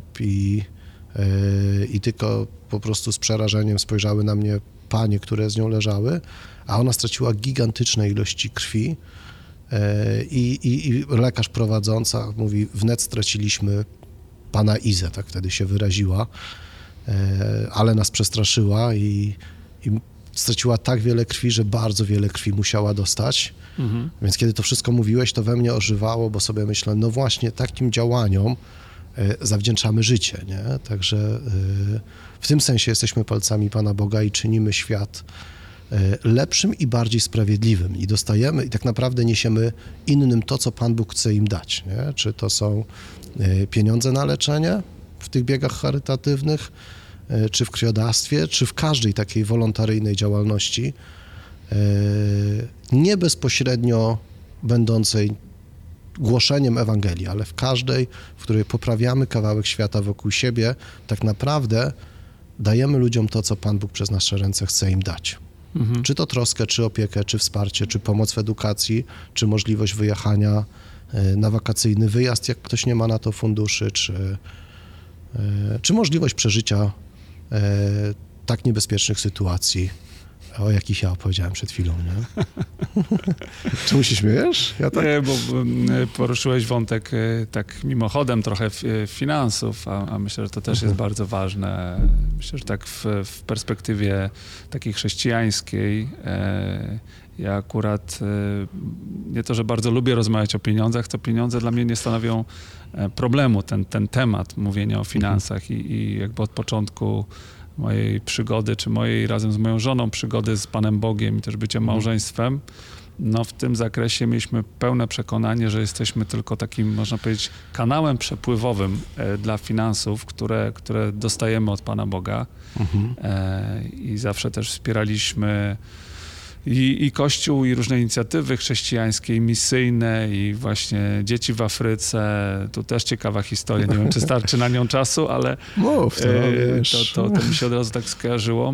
i tylko po prostu z przerażeniem spojrzały na mnie panie, które z nią leżały, a ona straciła gigantyczne ilości krwi i lekarz prowadząca mówi, wnet straciliśmy pana Izę, tak wtedy się wyraziła, ale nas przestraszyła i straciła tak wiele krwi, że bardzo wiele krwi musiała dostać. Więc kiedy to wszystko mówiłeś, to we mnie ożywało, bo sobie myślę, no właśnie takim działaniom zawdzięczamy życie, nie? Także w tym sensie jesteśmy palcami Pana Boga i czynimy świat lepszym i bardziej sprawiedliwym i dostajemy i tak naprawdę niesiemy innym to, co Pan Bóg chce im dać, nie? Czy to są pieniądze na leczenie w tych biegach charytatywnych, czy w krwiodawstwie, czy w każdej takiej wolontaryjnej działalności, nie bezpośrednio będącej głoszeniem Ewangelii, ale w każdej, w której poprawiamy kawałek świata wokół siebie, tak naprawdę dajemy ludziom to, co Pan Bóg przez nasze ręce chce im dać. Czy to troskę, czy opiekę, czy wsparcie, czy pomoc w edukacji, czy możliwość wyjechania na wakacyjny wyjazd, jak ktoś nie ma na to funduszy, czy możliwość przeżycia tak niebezpiecznych sytuacji O jakich ja opowiedziałem przed chwilą, nie? Czemu się śmiejesz? Ja tak... Nie, bo poruszyłeś wątek tak mimochodem trochę finansów, a myślę, że to też jest bardzo ważne. Myślę, że tak w perspektywie takiej chrześcijańskiej ja akurat nie to, że bardzo lubię rozmawiać o pieniądzach, to pieniądze dla mnie nie stanowią problemu, ten temat mówienia o finansach i jakby od początku mojej przygody, czy mojej razem z moją żoną przygody z Panem Bogiem i też byciem małżeństwem, no w tym zakresie mieliśmy pełne przekonanie, że jesteśmy tylko takim, można powiedzieć, kanałem przepływowym dla finansów, które dostajemy od Pana Boga. I zawsze też wspieraliśmy i Kościół, i różne inicjatywy chrześcijańskie, i misyjne, i właśnie dzieci w Afryce. Tu też ciekawa historia, nie wiem, czy starczy na nią czasu, ale Mów, to mi się od razu tak skojarzyło.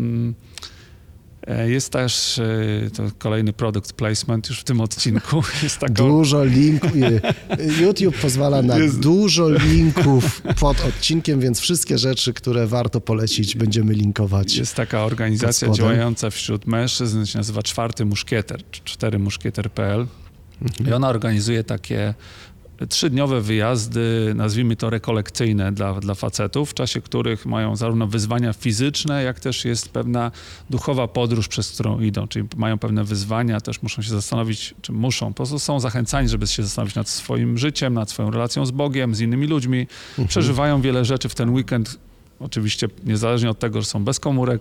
Jest też to kolejny product placement już w tym odcinku. Jest Dużo linków. YouTube pozwala na dużo linków pod odcinkiem, więc wszystkie rzeczy, które warto polecić, będziemy linkować. Jest taka organizacja działająca wśród mężczyzn, się nazywa 4 Muszkieter, 4muszkieter.pl i ona organizuje takie 3-dniowe wyjazdy, nazwijmy to rekolekcyjne dla facetów, w czasie których mają zarówno wyzwania fizyczne, jak też jest pewna duchowa podróż, przez którą idą, czyli mają pewne wyzwania, też muszą się zastanowić, czy muszą, po prostu są zachęcani, żeby się zastanowić nad swoim życiem, nad swoją relacją z Bogiem, z innymi ludźmi, przeżywają wiele rzeczy w ten weekend, oczywiście niezależnie od tego, że są bez komórek,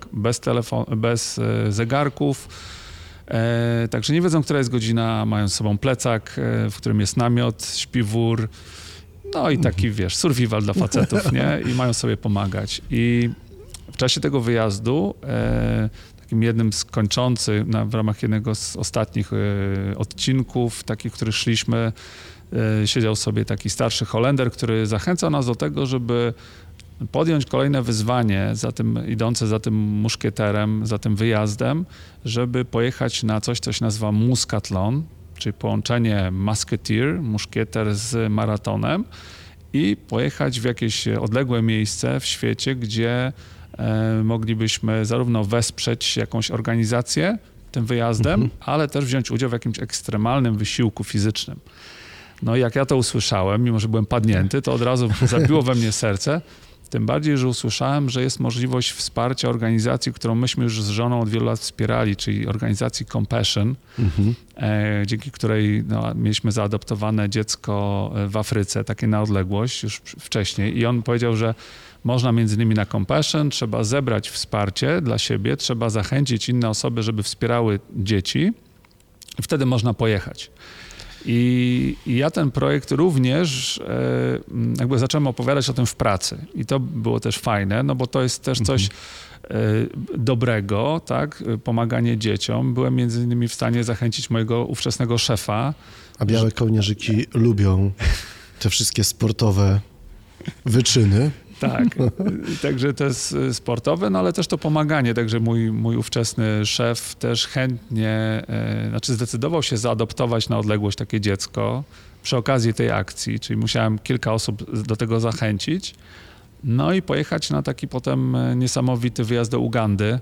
bez zegarków, także nie wiedzą, która jest godzina, mają z sobą plecak, w którym jest namiot, śpiwór, no i taki, wiesz, survival dla facetów, nie? I mają sobie pomagać. I w czasie tego wyjazdu, takim jednym z kończących, w ramach jednego z ostatnich odcinków, takich, których szliśmy, siedział sobie taki starszy Holender, który zachęcał nas do tego, żeby podjąć kolejne wyzwanie idące za tym muszkieterem, za tym wyjazdem, żeby pojechać na coś, co się nazywa Muskatlon, czyli połączenie musketeer, muszkieter z maratonem i pojechać w jakieś odległe miejsce w świecie, gdzie moglibyśmy zarówno wesprzeć jakąś organizację tym wyjazdem, ale też wziąć udział w jakimś ekstremalnym wysiłku fizycznym. No i jak ja to usłyszałem, mimo że byłem padnięty, to od razu zabiło we mnie serce. Tym bardziej, że usłyszałem, że jest możliwość wsparcia organizacji, którą myśmy już z żoną od wielu lat wspierali, czyli organizacji Compassion, dzięki której mieliśmy zaadoptowane dziecko w Afryce, takie na odległość już wcześniej. I on powiedział, że można między innymi na Compassion, trzeba zebrać wsparcie dla siebie, trzeba zachęcić inne osoby, żeby wspierały dzieci i wtedy można pojechać. I ja ten projekt również jakby zacząłem opowiadać o tym w pracy i to było też fajne, no bo to jest też coś dobrego, tak, pomaganie dzieciom. Byłem między innymi w stanie zachęcić mojego ówczesnego szefa. A białe kołnierzyki lubią te wszystkie sportowe wyczyny. Tak, także to jest sportowe, no ale też to pomaganie, także mój ówczesny szef też chętnie, zdecydował się zaadoptować na odległość takie dziecko przy okazji tej akcji, czyli musiałem kilka osób do tego zachęcić, no i pojechać na taki potem niesamowity wyjazd do Ugandy.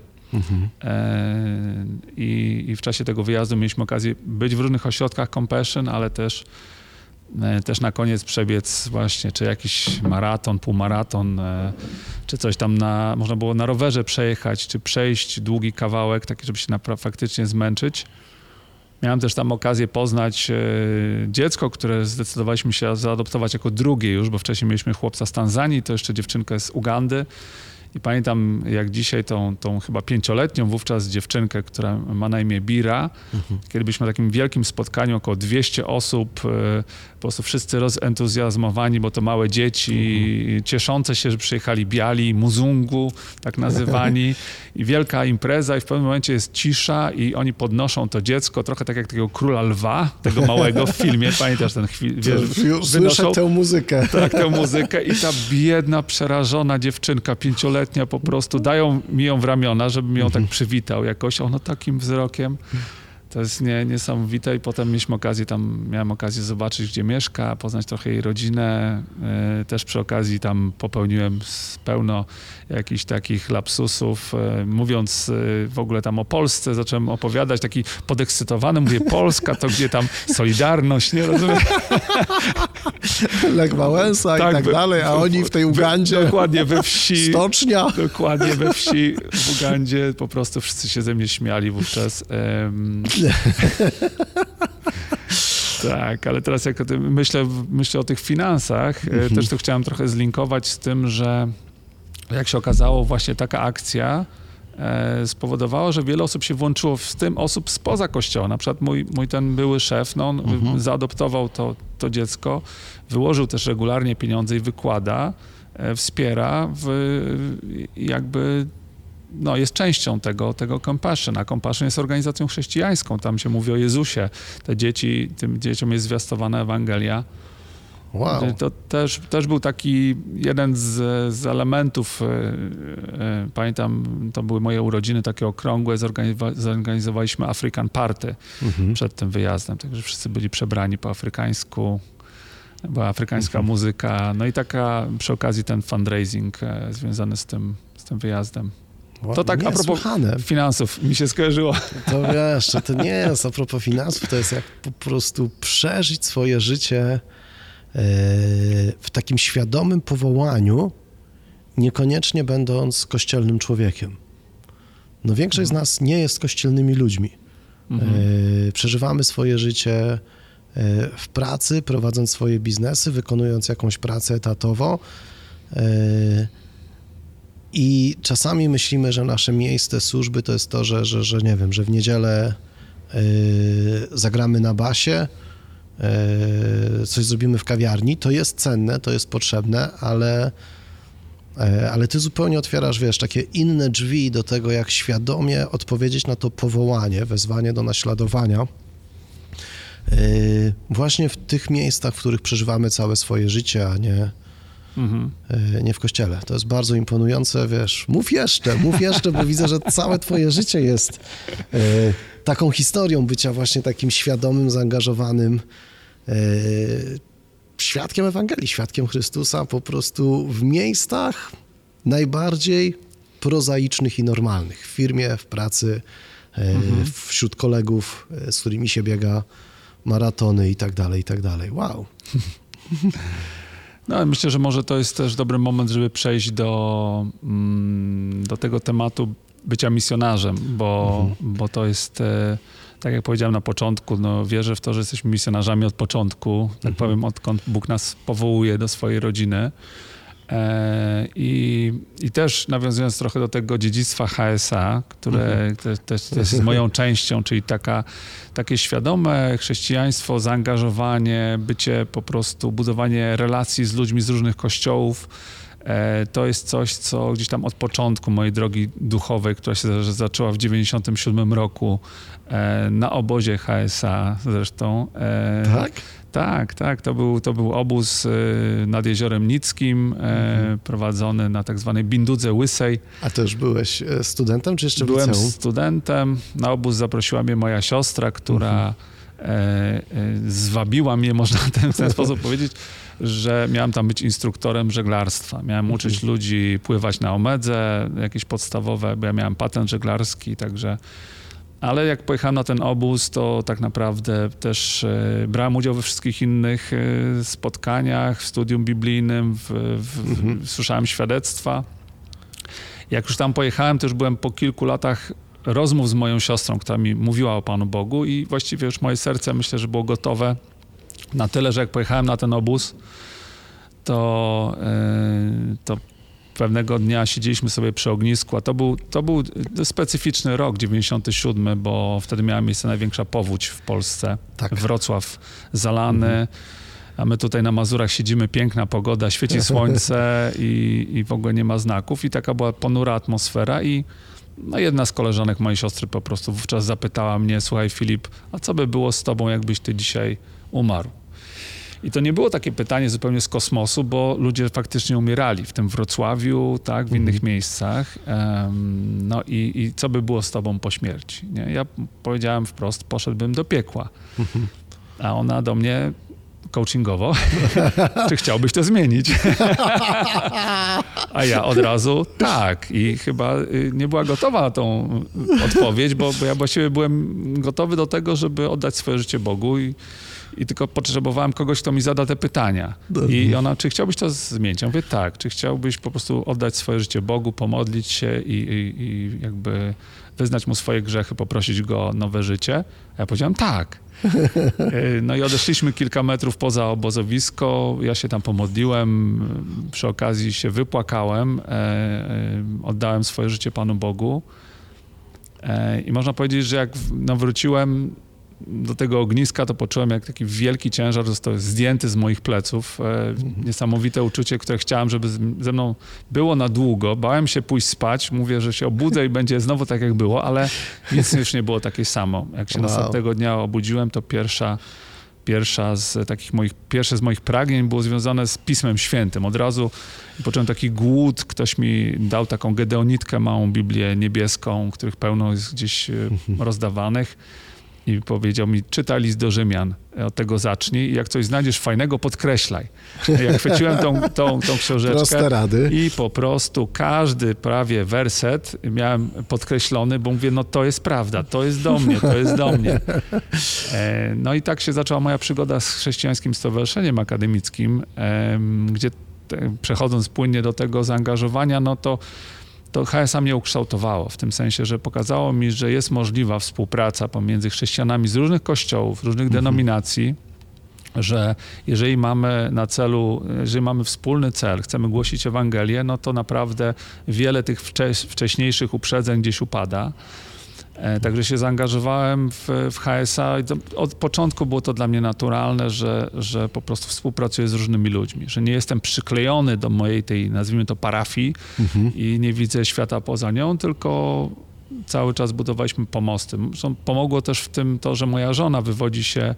I w czasie tego wyjazdu mieliśmy okazję być w różnych ośrodkach Compassion, ale też na koniec przebiec właśnie, czy jakiś maraton, półmaraton, czy coś tam można było na rowerze przejechać, czy przejść długi kawałek, taki, żeby się faktycznie zmęczyć. Miałem też tam okazję poznać dziecko, które zdecydowaliśmy się zaadoptować jako drugie już, bo wcześniej mieliśmy chłopca z Tanzanii, to jeszcze dziewczynkę z Ugandy. I pamiętam jak dzisiaj tą chyba 5-letnią wówczas dziewczynkę, która ma na imię Bira, kiedy byliśmy na takim wielkim spotkaniu, około 200 osób, po prostu wszyscy rozentuzjazmowani, bo to małe dzieci, cieszące się, że przyjechali biali, muzungu, tak nazywani, i wielka impreza i w pewnym momencie jest cisza i oni podnoszą to dziecko, trochę tak jak takiego króla lwa, tego małego w filmie, pamiętasz ten Słyszę tę muzykę. Tak, tę muzykę i ta biedna, przerażona dziewczynka, 5-letnia po prostu, dają mi ją w ramiona, żebym ją tak przywitał jakoś, ono takim wzrokiem, To jest niesamowite i potem miałem okazję zobaczyć, gdzie mieszka, poznać trochę jej rodzinę. Też przy okazji tam popełniłem pełno jakichś takich lapsusów. Mówiąc w ogóle tam o Polsce, zacząłem opowiadać, taki podekscytowany, mówię Polska, to gdzie tam Solidarność, nie rozumiem? Lech Wałęsa i tak dalej, a oni w tej Ugandzie... Dokładnie, we wsi. Stocznia. Dokładnie, we wsi w Ugandzie po prostu wszyscy się ze mnie śmiali wówczas. Tak, ale teraz jak o tym myślę o tych finansach, też to chciałem trochę zlinkować z tym, że jak się okazało, właśnie taka akcja spowodowała, że wiele osób się włączyło, w tym osób spoza kościoła. Na przykład mój ten były szef, no on zaadoptował to dziecko, wyłożył też regularnie pieniądze i wykłada, wspiera, jakby no, jest częścią tego Compassion, a Compassion jest organizacją chrześcijańską, tam się mówi o Jezusie, tym dzieciom jest zwiastowana Ewangelia. Wow. To też był taki jeden z elementów, pamiętam, to były moje urodziny takie okrągłe, zorganizowaliśmy African Party przed tym wyjazdem, także wszyscy byli przebrani po afrykańsku, była afrykańska muzyka, no i taka przy okazji ten fundraising związany z tym wyjazdem. To tak a propos finansów mi się skojarzyło. To wiesz, to nie jest a propos finansów, to jest jak po prostu przeżyć swoje życie w takim świadomym powołaniu, niekoniecznie będąc kościelnym człowiekiem. No większość z nas nie jest kościelnymi ludźmi. Przeżywamy swoje życie w pracy, prowadząc swoje biznesy, wykonując jakąś pracę etatowo i czasami myślimy, że nasze miejsce służby to jest to, że nie wiem, że w niedzielę zagramy na basie, coś zrobimy w kawiarni, to jest cenne, to jest potrzebne, ale ty zupełnie otwierasz, wiesz, takie inne drzwi do tego, jak świadomie odpowiedzieć na to powołanie, wezwanie do naśladowania, właśnie w tych miejscach, w których przeżywamy całe swoje życie, a nie w kościele. To jest bardzo imponujące, wiesz, mów jeszcze, bo widzę, że całe twoje życie jest taką historią bycia właśnie takim świadomym, zaangażowanym świadkiem Ewangelii, świadkiem Chrystusa, po prostu w miejscach najbardziej prozaicznych i normalnych. W firmie, w pracy, wśród kolegów, z którymi się biega maratony i tak dalej. Wow. No, myślę, że może to jest też dobry moment, żeby przejść do tego tematu bycia misjonarzem, bo to jest, tak jak powiedziałem na początku, no wierzę w to, że jesteśmy misjonarzami od początku, tak powiem, odkąd Bóg nas powołuje do swojej rodziny. I też nawiązując trochę do tego dziedzictwa HSA, które też jest moją częścią, czyli takie świadome chrześcijaństwo, zaangażowanie, bycie po prostu, budowanie relacji z ludźmi z różnych kościołów, to jest coś, co gdzieś tam od początku mojej drogi duchowej, która się zaczęła w 97 roku na obozie HSA zresztą. Tak? Tak. To był obóz nad Jeziorem Nickim, prowadzony na tak zwanej Bindudze Łysej. A to już byłeś studentem, czy jeszcze w Byłem liceum? Studentem. Na obóz zaprosiła mnie moja siostra, która zwabiła mnie, można w ten sposób powiedzieć, że miałem tam być instruktorem żeglarstwa. Miałem uczyć ludzi pływać na omedze, jakieś podstawowe, bo ja miałem patent żeglarski, także... Ale jak pojechałem na ten obóz, to tak naprawdę też brałem udział we wszystkich innych spotkaniach, w studium biblijnym, słyszałem świadectwa. Jak już tam pojechałem, to już byłem po kilku latach rozmów z moją siostrą, która mi mówiła o Panu Bogu i właściwie już moje serce, myślę, że było gotowe na tyle, że jak pojechałem na ten obóz, to pewnego dnia siedzieliśmy sobie przy ognisku, a to był specyficzny rok, 97, bo wtedy miała miejsce największa powódź w Polsce. Tak. Wrocław zalany, a my tutaj na Mazurach siedzimy, piękna pogoda, świeci słońce i w ogóle nie ma znaków i taka była ponura atmosfera i no, jedna z koleżanek mojej siostry po prostu wówczas zapytała mnie: słuchaj Filip, a co by było z tobą, jakbyś ty dzisiaj umarł? I to nie było takie pytanie zupełnie z kosmosu, bo ludzie faktycznie umierali, w tym Wrocławiu, tak, w innych miejscach. No i co by było z tobą po śmierci? Nie? Ja powiedziałem wprost, poszedłbym do piekła. A ona do mnie coachingowo, czy chciałbyś to zmienić? A ja od razu tak. I chyba nie była gotowa na tą odpowiedź, bo ja właściwie byłem gotowy do tego, żeby oddać swoje życie Bogu i tylko potrzebowałem kogoś, kto mi zada te pytania. I ona, czy chciałbyś to zmienić? Ja mówię, tak. Czy chciałbyś po prostu oddać swoje życie Bogu, pomodlić się i jakby wyznać mu swoje grzechy, poprosić go o nowe życie? A ja powiedziałem, tak. No i odeszliśmy kilka metrów poza obozowisko, ja się tam pomodliłem, przy okazji się wypłakałem, oddałem swoje życie Panu Bogu i można powiedzieć, że jak wróciłem do tego ogniska, to poczułem, jak taki wielki ciężar został zdjęty z moich pleców. Niesamowite uczucie, które chciałem, żeby ze mną było na długo. Bałem się pójść spać. Mówię, że się obudzę i będzie znowu tak, jak było, ale nic już nie było takie samo. Jak się następnego dnia obudziłem, to pierwsze z moich pragnień było związane z Pismem Świętym. Od razu poczułem taki głód. Ktoś mi dał taką gedeonitkę, małą Biblię niebieską, których pełno jest gdzieś rozdawanych. I powiedział mi, czytaj list do Rzymian, od tego zacznij i jak coś znajdziesz fajnego, podkreślaj. Jak chwyciłem tą książeczkę Proste rady. I po prostu każdy prawie werset miałem podkreślony, bo mówię, no to jest prawda, to jest do mnie, to jest do mnie. No i tak się zaczęła moja przygoda z Chrześcijańskim Stowarzyszeniem Akademickim, gdzie przechodząc płynnie do tego zaangażowania, no to HSA mnie ukształtowało, w tym sensie, że pokazało mi, że jest możliwa współpraca pomiędzy chrześcijanami z różnych kościołów, różnych denominacji, że jeżeli mamy na celu, jeżeli mamy wspólny cel, chcemy głosić Ewangelię, no to naprawdę wiele tych wcześniejszych uprzedzeń gdzieś upada. Także się zaangażowałem w HSA i od początku było to dla mnie naturalne, że po prostu współpracuję z różnymi ludźmi, że nie jestem przyklejony do mojej tej, nazwijmy to, parafii i nie widzę świata poza nią, tylko cały czas budowaliśmy pomosty. Zresztą pomogło też w tym to, że moja żona wywodzi się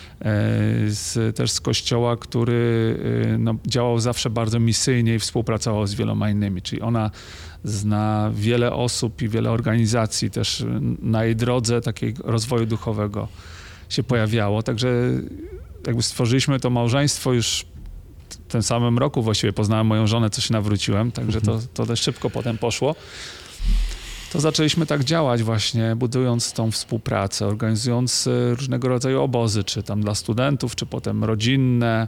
też z kościoła, który działał zawsze bardzo misyjnie i współpracował z wieloma innymi, czyli ona zna wiele osób i wiele organizacji też na jej drodze takiego rozwoju duchowego się pojawiało, także jakby stworzyliśmy to małżeństwo już w tym samym roku właściwie poznałem moją żonę, co się nawróciłem, także to też szybko potem poszło. To zaczęliśmy tak działać właśnie, budując tą współpracę, organizując różnego rodzaju obozy, czy tam dla studentów, czy potem rodzinne,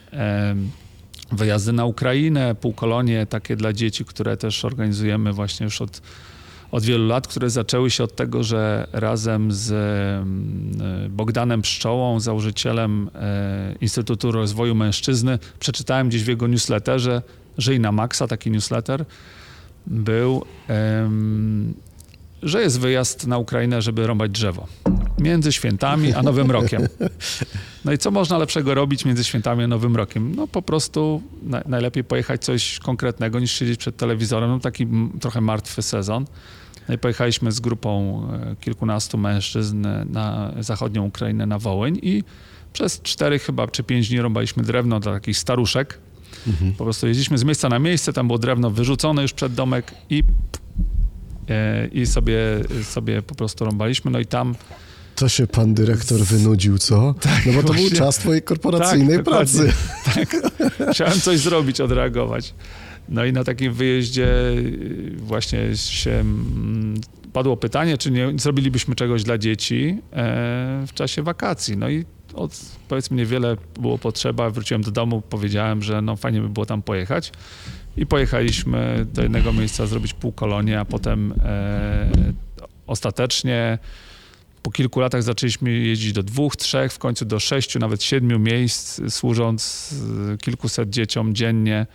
wyjazdy na Ukrainę, półkolonie takie dla dzieci, które też organizujemy właśnie już od wielu lat, które zaczęły się od tego, że razem z Bogdanem Pszczołą, założycielem Instytutu Rozwoju Mężczyzny, przeczytałem gdzieś w jego newsletterze, Żyj na Maxa, taki newsletter, był, że jest wyjazd na Ukrainę, żeby rąbać drzewo. Między świętami a Nowym Rokiem. No i co można lepszego robić między świętami a Nowym Rokiem? No po prostu najlepiej pojechać coś konkretnego niż siedzieć przed telewizorem. No taki trochę martwy sezon. No i pojechaliśmy z grupą kilkunastu mężczyzn na zachodnią Ukrainę, na Wołyń i przez 4 chyba czy 5 dni rąbaliśmy drewno dla takich staruszek. Po prostu jeździliśmy z miejsca na miejsce, tam było drewno wyrzucone już przed domek i sobie po prostu rąbaliśmy. No i tam... To się pan dyrektor wynudził, co? Tak, no bo to właśnie, był czas twojej korporacyjnej pracy. Tak, chciałem coś zrobić, odreagować. No i na takim wyjeździe właśnie się padło pytanie, czy nie zrobilibyśmy czegoś dla dzieci w czasie wakacji. No i powiedzmy niewiele było potrzeba, wróciłem do domu, powiedziałem, że no fajnie by było tam pojechać i pojechaliśmy do jednego miejsca zrobić półkolonię, a potem ostatecznie po kilku latach zaczęliśmy jeździć do 2, 3, w końcu do 6, nawet 7 miejsc, służąc kilkuset dzieciom dziennie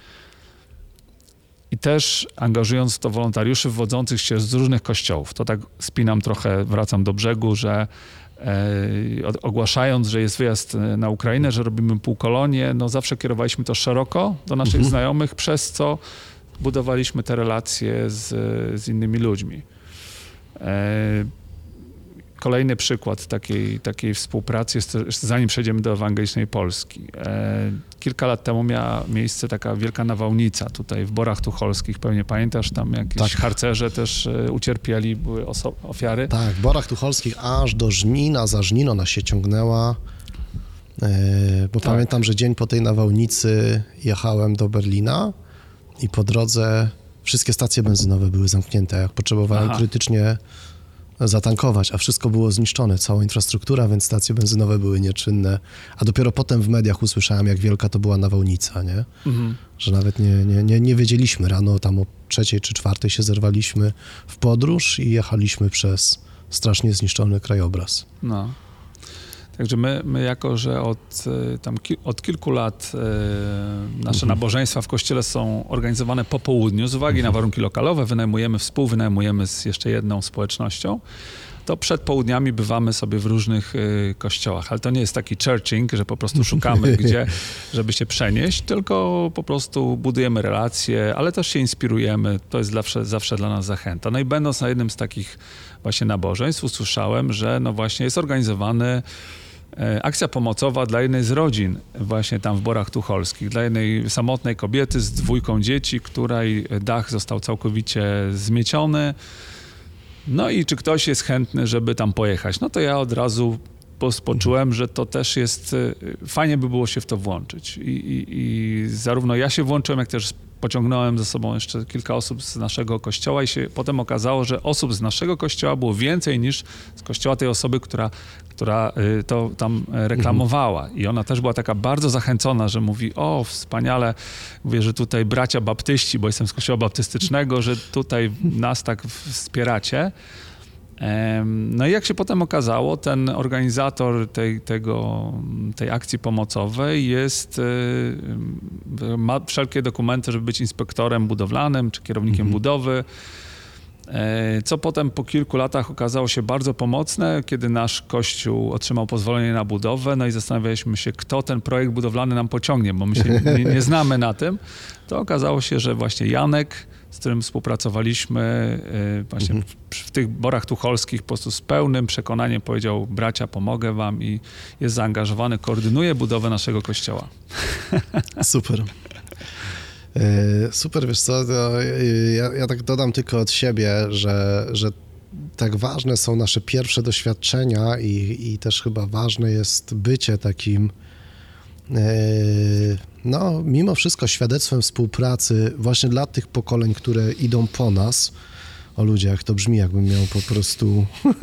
i też angażując w to wolontariuszy wywodzących się z różnych kościołów. To tak spinam trochę, wracam do brzegu, że ogłaszając, że jest wyjazd na Ukrainę, że robimy półkolonię, no zawsze kierowaliśmy to szeroko do naszych znajomych, przez co budowaliśmy te relacje z innymi ludźmi. kolejny przykład takiej współpracy jest, zanim przejdziemy do ewangelicznej Polski. Kilka lat temu miała miejsce taka wielka nawałnica tutaj w Borach Tucholskich. Pewnie pamiętasz, tam jakieś harcerze też ucierpieli, były ofiary. Tak, w Borach Tucholskich aż do Żnina, za Żnin ona się ciągnęła. Bo pamiętam, że dzień po tej nawałnicy jechałem do Berlina i po drodze wszystkie stacje benzynowe były zamknięte, jak potrzebowałem krytycznie zatankować, a wszystko było zniszczone, cała infrastruktura, więc stacje benzynowe były nieczynne, a dopiero potem w mediach usłyszałem, jak wielka to była nawałnica, nie? Że nawet nie wiedzieliśmy. Rano tam o 3:00 czy 4:00 się zerwaliśmy w podróż i jechaliśmy przez strasznie zniszczony krajobraz. No. Także my jako, że od kilku lat nasze nabożeństwa w kościele są organizowane po południu, z uwagi na warunki lokalowe, współwynajmujemy z jeszcze jedną społecznością, to przed południami bywamy sobie w różnych kościołach. Ale to nie jest taki churching, że po prostu szukamy gdzie, żeby się przenieść, tylko po prostu budujemy relacje, ale też się inspirujemy. To jest zawsze dla nas zachęta. No i będąc na jednym z takich właśnie nabożeństw, usłyszałem, że no właśnie jest organizowany akcja pomocowa dla jednej z rodzin właśnie tam w Borach Tucholskich, dla jednej samotnej kobiety z 2 dzieci, której dach został całkowicie zmieciony. No i czy ktoś jest chętny, żeby tam pojechać? No to ja od razu poczułem, że to też jest, fajnie by było się w to włączyć. I zarówno ja się włączyłem, jak też pociągnąłem ze sobą jeszcze kilka osób z naszego kościoła i się potem okazało, że osób z naszego kościoła było więcej niż z kościoła tej osoby, która to tam reklamowała. I ona też była taka bardzo zachęcona, że mówi, o wspaniale, mówię, że tutaj bracia baptyści, bo jestem z kościoła baptystycznego, że tutaj nas tak wspieracie. No i jak się potem okazało, ten organizator tej akcji pomocowej ma wszelkie dokumenty, żeby być inspektorem budowlanym czy kierownikiem budowy, co potem po kilku latach okazało się bardzo pomocne, kiedy nasz kościół otrzymał pozwolenie na budowę, no i zastanawialiśmy się, kto ten projekt budowlany nam pociągnie, bo my się nie znamy na tym. To okazało się, że właśnie Janek, z którym współpracowaliśmy właśnie w tych Borach Tucholskich, po prostu z pełnym przekonaniem powiedział, bracia, pomogę wam i jest zaangażowany, koordynuje budowę naszego kościoła. Super. Super, wiesz co, ja tak dodam tylko od siebie, że tak ważne są nasze pierwsze doświadczenia i też chyba ważne jest bycie takim, no mimo wszystko świadectwem współpracy właśnie dla tych pokoleń, które idą po nas. O ludzie, jak to brzmi, jakbym miał po prostu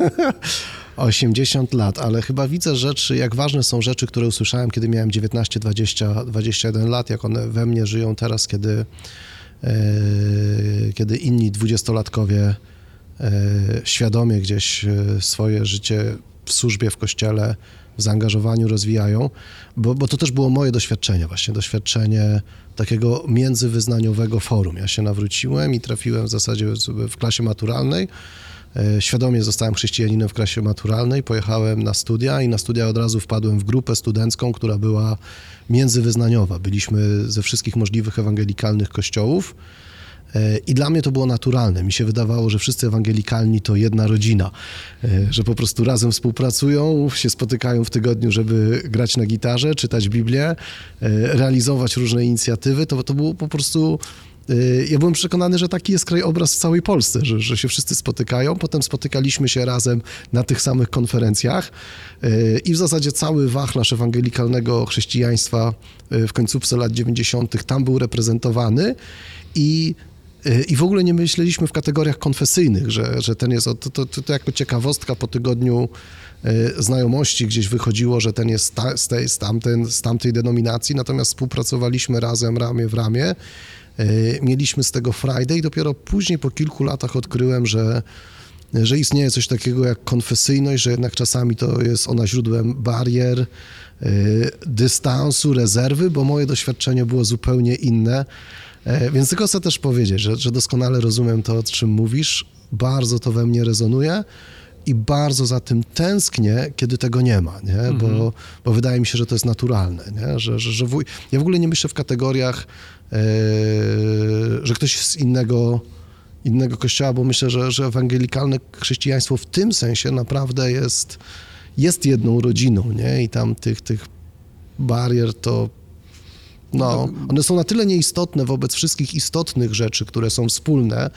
80 lat, ale chyba widzę rzeczy, jak ważne są rzeczy, które usłyszałem, kiedy miałem 19, 20, 21 lat, jak one we mnie żyją teraz, kiedy inni 20-latkowie świadomie gdzieś swoje życie w służbie, w kościele, w zaangażowaniu rozwijają, bo to też było moje doświadczenie, właśnie doświadczenie takiego międzywyznaniowego forum. Ja się nawróciłem i trafiłem w zasadzie w klasie maturalnej. Świadomie zostałem chrześcijaninem w klasie maturalnej, pojechałem na studia i na studia od razu wpadłem w grupę studencką, która była międzywyznaniowa. Byliśmy ze wszystkich możliwych ewangelikalnych kościołów i dla mnie to było naturalne. Mi się wydawało, że wszyscy ewangelikalni to jedna rodzina, że po prostu razem współpracują, się spotykają w tygodniu, żeby grać na gitarze, czytać Biblię, realizować różne inicjatywy. To było po prostu... Ja byłem przekonany, że taki jest krajobraz w całej Polsce, że się wszyscy spotykają. Potem spotykaliśmy się razem na tych samych konferencjach i w zasadzie cały wachlarz ewangelikalnego chrześcijaństwa w końcówce lat 90. tam był reprezentowany i w ogóle nie myśleliśmy w kategoriach konfesyjnych, że ten jest, to jako ciekawostka po tygodniu znajomości gdzieś wychodziło, że ten jest z tamtej denominacji, natomiast współpracowaliśmy razem, ramię w ramię. Mieliśmy z tego frajdę i dopiero później po kilku latach odkryłem, że istnieje coś takiego jak konfesyjność, że jednak czasami to jest ona źródłem barier, dystansu, rezerwy, bo moje doświadczenie było zupełnie inne. Więc tylko chcę też powiedzieć, że doskonale rozumiem to, o czym mówisz, bardzo to we mnie rezonuje i bardzo za tym tęsknię, kiedy tego nie ma, nie? Bo wydaje mi się, że to jest naturalne, nie? Ja w ogóle nie myślę w kategoriach, że ktoś jest z innego kościoła, bo myślę, że ewangelikalne chrześcijaństwo w tym sensie naprawdę jest jedną rodziną, nie? I tam tych barier to... No, one są na tyle nieistotne wobec wszystkich istotnych rzeczy, które są wspólne,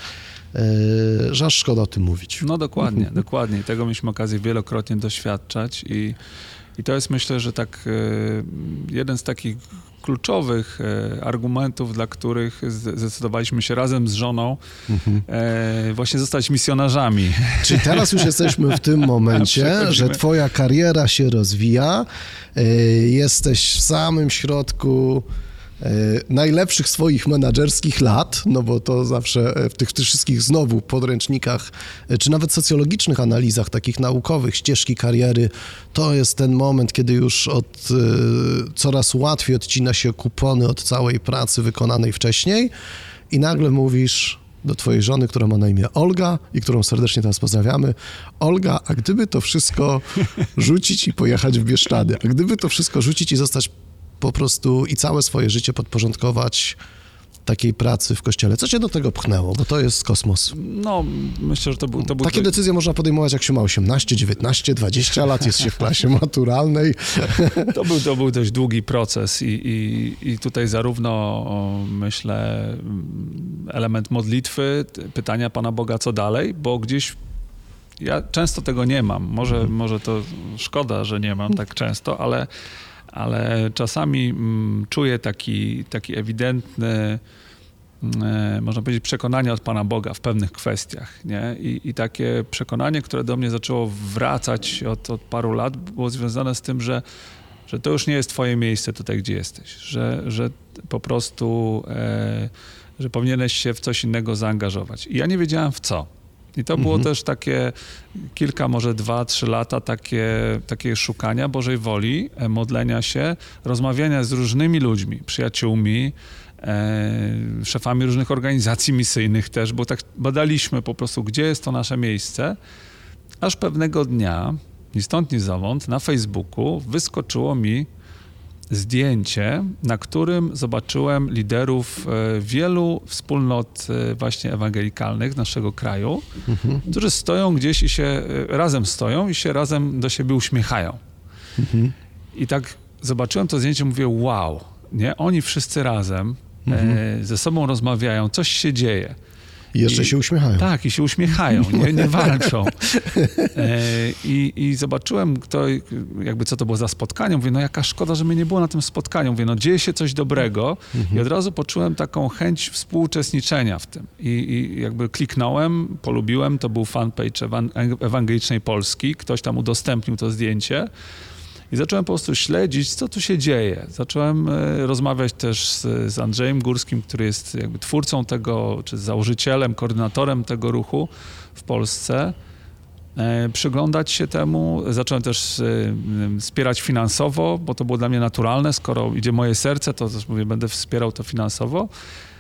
że aż szkoda o tym mówić. No dokładnie, dokładnie. Tego mieliśmy okazję wielokrotnie doświadczać i to jest, myślę, że tak jeden z takich kluczowych argumentów, dla których zdecydowaliśmy się razem z żoną właśnie zostać misjonarzami. Czyli teraz już jesteśmy w tym momencie, że twoja kariera się rozwija, jesteś w samym środku najlepszych swoich menadżerskich lat, no bo to zawsze w tych wszystkich znowu podręcznikach, czy nawet socjologicznych analizach takich naukowych, ścieżki kariery, to jest ten moment, kiedy już coraz łatwiej odcina się kupony od całej pracy wykonanej wcześniej i nagle mówisz do twojej żony, która ma na imię Olga i którą serdecznie teraz pozdrawiamy: Olga, a gdyby to wszystko rzucić i pojechać w Bieszczady, a gdyby to wszystko rzucić i zostać po prostu i całe swoje życie podporządkować takiej pracy w kościele. Co cię do tego pchnęło? Bo to jest kosmos. No, myślę, że to był... Takie decyzje można podejmować, jak się ma 18, 19, 20 lat, jest się w klasie maturalnej. To był dość długi proces i tutaj zarówno, myślę, element modlitwy, pytania Pana Boga, co dalej, bo gdzieś ja często tego nie mam. Może to szkoda, że nie mam tak często, ale czasami czuję taki ewidentny, można powiedzieć, przekonanie od Pana Boga w pewnych kwestiach, nie? I takie przekonanie, które do mnie zaczęło wracać od paru lat, było związane z tym, że to już nie jest twoje miejsce tutaj, gdzie jesteś, że po prostu, że powinieneś się w coś innego zaangażować. I ja nie wiedziałem w co. I to było też takie kilka, może 2-3 lata takie szukania Bożej woli, modlenia się, rozmawiania z różnymi ludźmi, przyjaciółmi, szefami różnych organizacji misyjnych też, bo tak badaliśmy po prostu, gdzie jest to nasze miejsce, aż pewnego dnia, ni stąd, ni zowąd, na Facebooku wyskoczyło mi zdjęcie, na którym zobaczyłem liderów wielu wspólnot właśnie ewangelikalnych naszego kraju, którzy stoją gdzieś i się razem do siebie uśmiechają. I tak zobaczyłem to zdjęcie, mówię, wow, nie? Oni wszyscy razem ze sobą rozmawiają, coś się dzieje. I jeszcze się uśmiechają. Tak, i się uśmiechają, nie walczą. I zobaczyłem, co to było za spotkanie. Mówię, no jaka szkoda, że mnie nie było na tym spotkaniu. Mówię, no dzieje się coś dobrego. I od razu poczułem taką chęć współuczestniczenia w tym. I jakby kliknąłem, polubiłem, to był fanpage Ewangelicznej Polski. Ktoś tam udostępnił to zdjęcie. I zacząłem po prostu śledzić, co tu się dzieje. Zacząłem rozmawiać też z Andrzejem Górskim, który jest jakby twórcą tego, czy założycielem, koordynatorem tego ruchu w Polsce. Przyglądać się temu. Zacząłem też wspierać finansowo, bo to było dla mnie naturalne. Skoro idzie moje serce, to też mówię, będę wspierał to finansowo.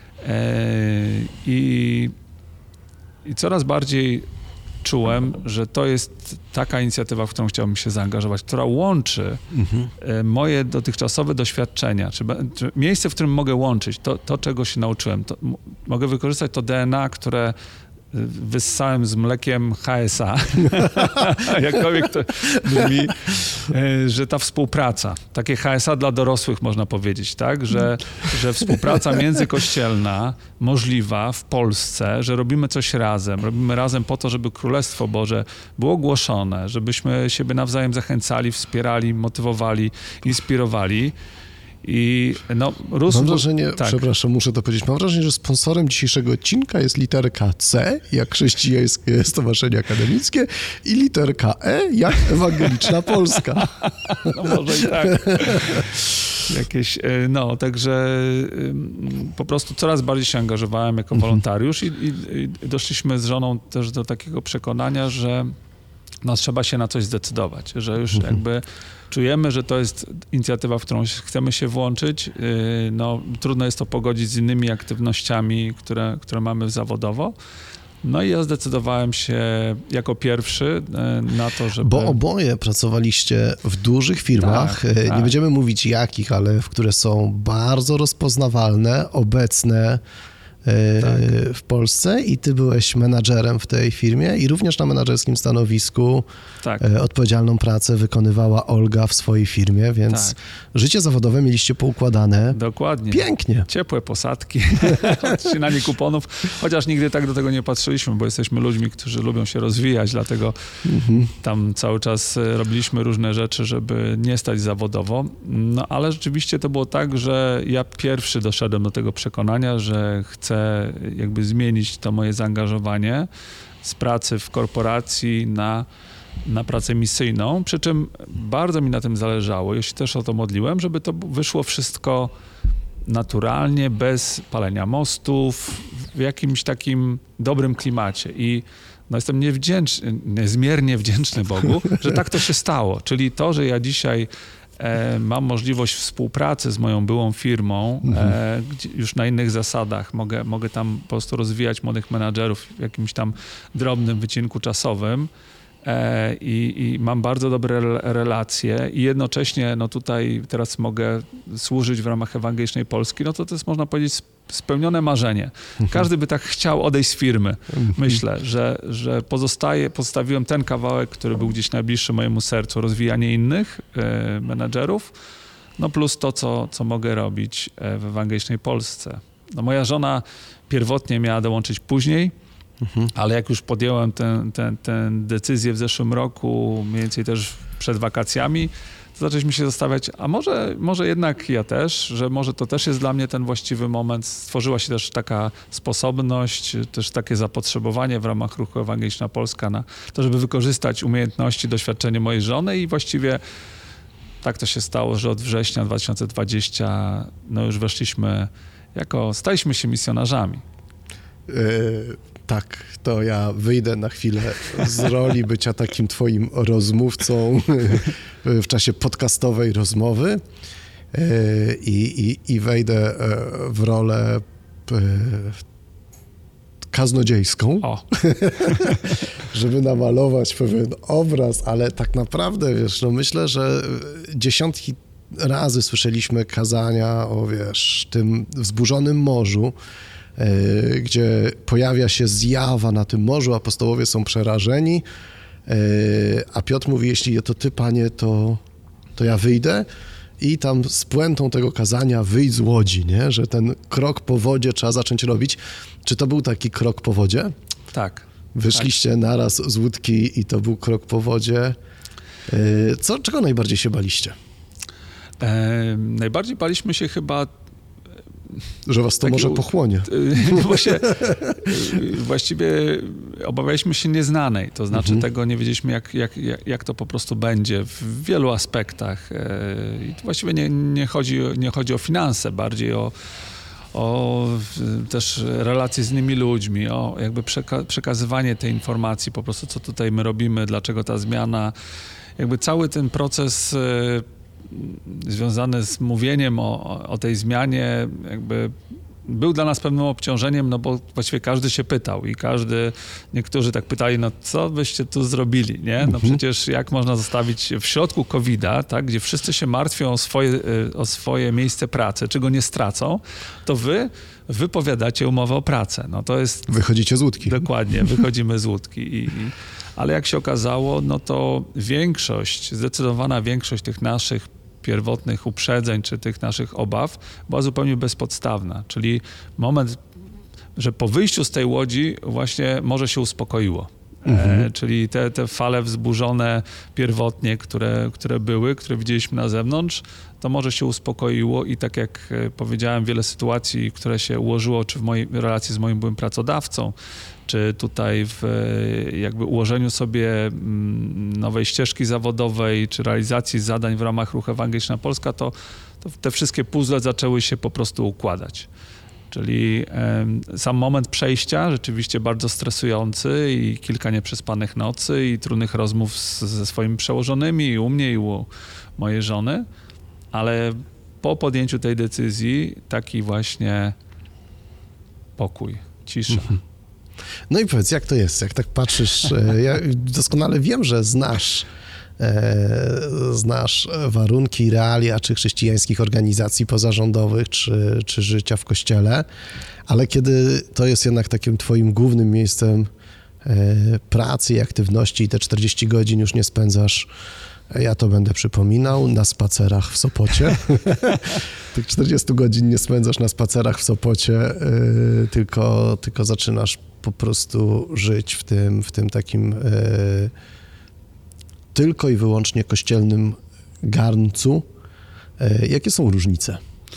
I coraz bardziej czułem, że to jest taka inicjatywa, w którą chciałbym się zaangażować, która łączy moje dotychczasowe doświadczenia, czy miejsce, w którym mogę łączyć to czego się nauczyłem. Mogę wykorzystać to DNA, które wyssałem z mlekiem HSA, jakkolwiek to brzmi, że ta współpraca, takie HSA dla dorosłych można powiedzieć, tak, że współpraca międzykościelna możliwa w Polsce, że robimy coś razem, po to, żeby Królestwo Boże było głoszone, żebyśmy siebie nawzajem zachęcali, wspierali, motywowali, inspirowali. I no, mam wrażenie, przepraszam, muszę to powiedzieć, mam wrażenie, że sponsorem dzisiejszego odcinka jest literka C, jak Chrześcijańskie Stowarzyszenie Akademickie, i literka E, jak Ewangeliczna Polska. No może i tak. Także po prostu coraz bardziej się angażowałem jako wolontariusz i doszliśmy z żoną też do takiego przekonania, że trzeba się na coś zdecydować, że już jakby czujemy, że to jest inicjatywa, w którą chcemy się włączyć. Trudno jest to pogodzić z innymi aktywnościami, które mamy zawodowo. No i ja zdecydowałem się jako pierwszy na to, żeby... Bo oboje pracowaliście w dużych firmach, tak. Nie będziemy mówić jakich, ale które są bardzo rozpoznawalne, obecne w Polsce i ty byłeś menadżerem w tej firmie i również na menadżerskim stanowisku Tak. odpowiedzialną pracę wykonywała Olga w swojej firmie, więc Tak. życie zawodowe mieliście poukładane Dokładnie. pięknie. Ciepłe posadki, odcinanie kuponów, chociaż nigdy tak do tego nie patrzyliśmy, bo jesteśmy ludźmi, którzy lubią się rozwijać, dlatego tam cały czas robiliśmy różne rzeczy, żeby nie stać zawodowo. No ale rzeczywiście to było tak, że ja pierwszy doszedłem do tego przekonania, że chcę jakby zmienić to moje zaangażowanie z pracy w korporacji na pracę misyjną, przy czym bardzo mi na tym zależało, ja się też o to modliłem, żeby to wyszło wszystko naturalnie, bez palenia mostów, w jakimś takim dobrym klimacie i no jestem niezmiernie wdzięczny Bogu, że tak to się stało, czyli to, że ja dzisiaj mam możliwość współpracy z moją byłą firmą, gdzie już na innych zasadach mogę tam po prostu rozwijać młodych menadżerów w jakimś tam drobnym wycinku czasowym i mam bardzo dobre relacje i jednocześnie no tutaj teraz mogę służyć w ramach Ewangelicznej Polski, no to jest można powiedzieć spełnione marzenie. Każdy by tak chciał odejść z firmy. Myślę, że pozostawiłem ten kawałek, który był gdzieś najbliższy mojemu sercu, rozwijanie innych menadżerów, no plus to, co mogę robić w Ewangelicznej Polsce. No moja żona pierwotnie miała dołączyć później, ale jak już podjąłem tę decyzję w zeszłym roku, mniej więcej też przed wakacjami, to zaczęliśmy się zastanawiać, a może jednak ja też, że może to też jest dla mnie ten właściwy moment. Stworzyła się też taka sposobność, też takie zapotrzebowanie w ramach Ruchu Ewangeliczna Polska na to, żeby wykorzystać umiejętności, doświadczenie mojej żony i właściwie tak to się stało, że od września 2020 no już staliśmy się misjonarzami. Tak, to ja wyjdę na chwilę z roli bycia takim twoim rozmówcą w czasie podcastowej rozmowy i wejdę w rolę kaznodziejską, żeby namalować pewien obraz, ale tak naprawdę, wiesz, no myślę, że dziesiątki razy słyszeliśmy kazania o, wiesz, tym wzburzonym morzu, gdzie pojawia się zjawa na tym morzu, apostołowie są przerażeni, a Piotr mówi, jeśli to ty, Panie, to ja wyjdę i tam z puentą tego kazania wyjdź z łodzi, nie? Że ten krok po wodzie trzeba zacząć robić. Czy to był taki krok po wodzie? Tak. Wyszliście naraz z łódki i to był krok po wodzie. Czego najbardziej się baliście? Najbardziej baliśmy się chyba że was to może pochłonie. Właściwie obawialiśmy się nieznanej, to znaczy tego nie wiedzieliśmy, jak to po prostu będzie w wielu aspektach. I właściwie nie chodzi o finanse, bardziej o też relacje z innymi ludźmi, o jakby przekazywanie tej informacji, po prostu co tutaj my robimy, dlaczego ta zmiana, jakby cały ten proces związany z mówieniem o tej zmianie jakby był dla nas pewnym obciążeniem, no bo właściwie każdy się pytał i niektórzy tak pytali, no co byście tu zrobili, nie? No przecież jak można zostawić w środku COVID-a, tak, gdzie wszyscy się martwią o swoje miejsce pracy, czy go nie stracą, to wy wypowiadacie umowę o pracę. No to jest... Wychodzicie z łódki. Dokładnie, wychodzimy z łódki. Ale jak się okazało, no to zdecydowana większość tych naszych pierwotnych uprzedzeń, czy tych naszych obaw była zupełnie bezpodstawna. Czyli moment, że po wyjściu z tej łodzi właśnie morze się uspokoiło. Czyli te fale wzburzone pierwotnie, które widzieliśmy na zewnątrz, to morze się uspokoiło i tak jak powiedziałem, wiele sytuacji, które się ułożyło, czy w mojej relacji z moim byłym pracodawcą, czy tutaj w jakby ułożeniu sobie nowej ścieżki zawodowej, czy realizacji zadań w ramach Ruchu Ewangeliczna Polska, to te wszystkie puzzle zaczęły się po prostu układać. Czyli sam moment przejścia rzeczywiście bardzo stresujący i kilka nieprzespanych nocy i trudnych rozmów ze swoimi przełożonymi i u mnie i u mojej żony, ale po podjęciu tej decyzji taki właśnie pokój, cisza. No i powiedz, jak to jest? Jak tak patrzysz, ja doskonale wiem, że znasz znasz warunki, realia, czy chrześcijańskich organizacji pozarządowych, czy życia w kościele, ale kiedy to jest jednak takim twoim głównym miejscem pracy i aktywności i te 40 godzin już nie spędzasz, ja to będę przypominał, na spacerach w Sopocie. Tych 40 godzin nie spędzasz na spacerach w Sopocie, tylko zaczynasz po prostu żyć w tym takim tylko i wyłącznie kościelnym garncu. Jakie są różnice?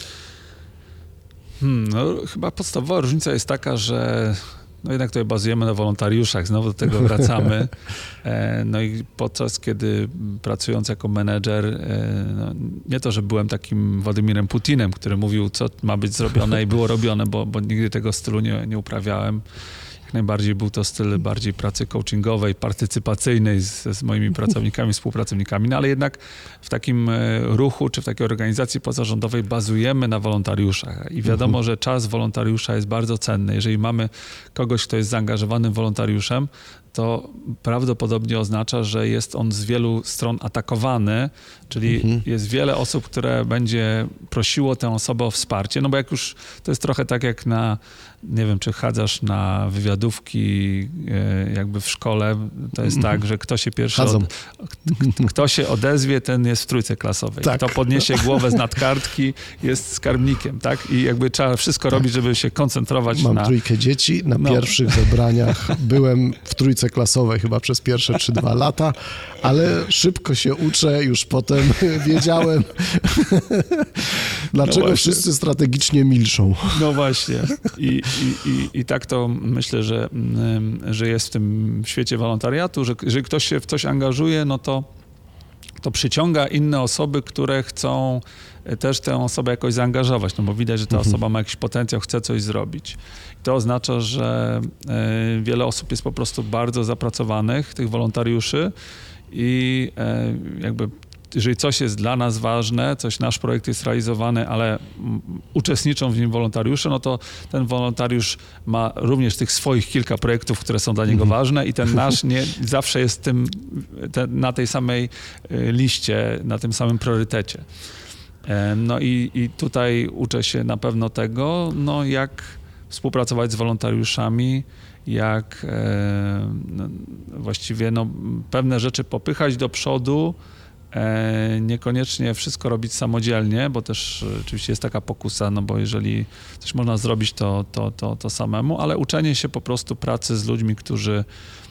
No, chyba podstawowa różnica jest taka, że no jednak tutaj bazujemy na wolontariuszach, znowu do tego wracamy. No i podczas kiedy pracując jako menedżer, no nie to, że byłem takim Władimirem Putinem, który mówił, co ma być zrobione i było robione, bo nigdy tego stylu nie uprawiałem. Jak najbardziej był to styl bardziej pracy coachingowej, partycypacyjnej z moimi pracownikami, współpracownikami, no ale jednak w takim ruchu czy w takiej organizacji pozarządowej bazujemy na wolontariuszach i wiadomo, że czas wolontariusza jest bardzo cenny. Jeżeli mamy kogoś, kto jest zaangażowanym wolontariuszem, to prawdopodobnie oznacza, że jest on z wielu stron atakowany, czyli jest wiele osób, które będzie prosiło tę osobę o wsparcie, no bo jak już, to jest trochę tak jak nie wiem, czy chadzasz na wywiadówki jakby w szkole, to jest tak, że kto się pierwszy kto się odezwie, ten jest w trójce klasowej. Tak. Kto podniesie głowę z nadkartki, jest skarbnikiem, tak? I jakby trzeba wszystko robić, żeby się koncentrować Mam trójkę dzieci, na pierwszych zebraniach byłem w trójce klasowej chyba przez pierwsze 3-2 lata, ale szybko się uczę, już potem wiedziałem, dlaczego wszyscy strategicznie milczą. No właśnie. I tak to myślę, że jest w tym świecie wolontariatu, że jeżeli ktoś się w coś angażuje, no to przyciąga inne osoby, które chcą też tę osobę jakoś zaangażować, no bo widać, że ta osoba ma jakiś potencjał, chce coś zrobić. I to oznacza, że wiele osób jest po prostu bardzo zapracowanych, tych wolontariuszy i jakby jeżeli coś jest dla nas ważne, nasz projekt jest realizowany, ale uczestniczą w nim wolontariusze, no to ten wolontariusz ma również tych swoich kilka projektów, które są dla niego ważne i ten nasz nie zawsze jest na tej samej liście, na tym samym priorytecie. No i tutaj uczę się na pewno tego, no jak współpracować z wolontariuszami, jak właściwie pewne rzeczy popychać do przodu, niekoniecznie wszystko robić samodzielnie, bo też oczywiście jest taka pokusa, no bo jeżeli coś można zrobić, to samemu, ale uczenie się po prostu pracy z ludźmi, którzy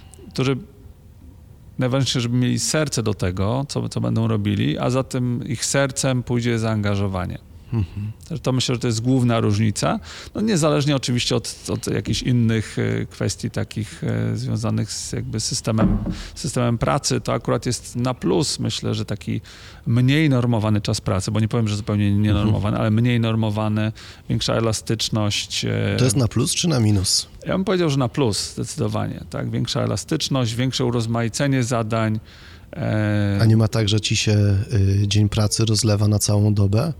najważniejsze, żeby mieli serce do tego, co będą robili, a za tym ich sercem pójdzie zaangażowanie. To myślę, że to jest główna różnica. No niezależnie oczywiście od jakichś innych kwestii takich związanych z jakby systemem pracy, to akurat jest na plus. Myślę, że taki mniej normowany czas pracy, bo nie powiem, że zupełnie nienormowany, ale mniej normowany, większa elastyczność. To jest na plus czy na minus? Ja bym powiedział, że na plus zdecydowanie. Tak? Większa elastyczność, większe urozmaicenie zadań. A nie ma tak, że ci się dzień pracy rozlewa na całą dobę?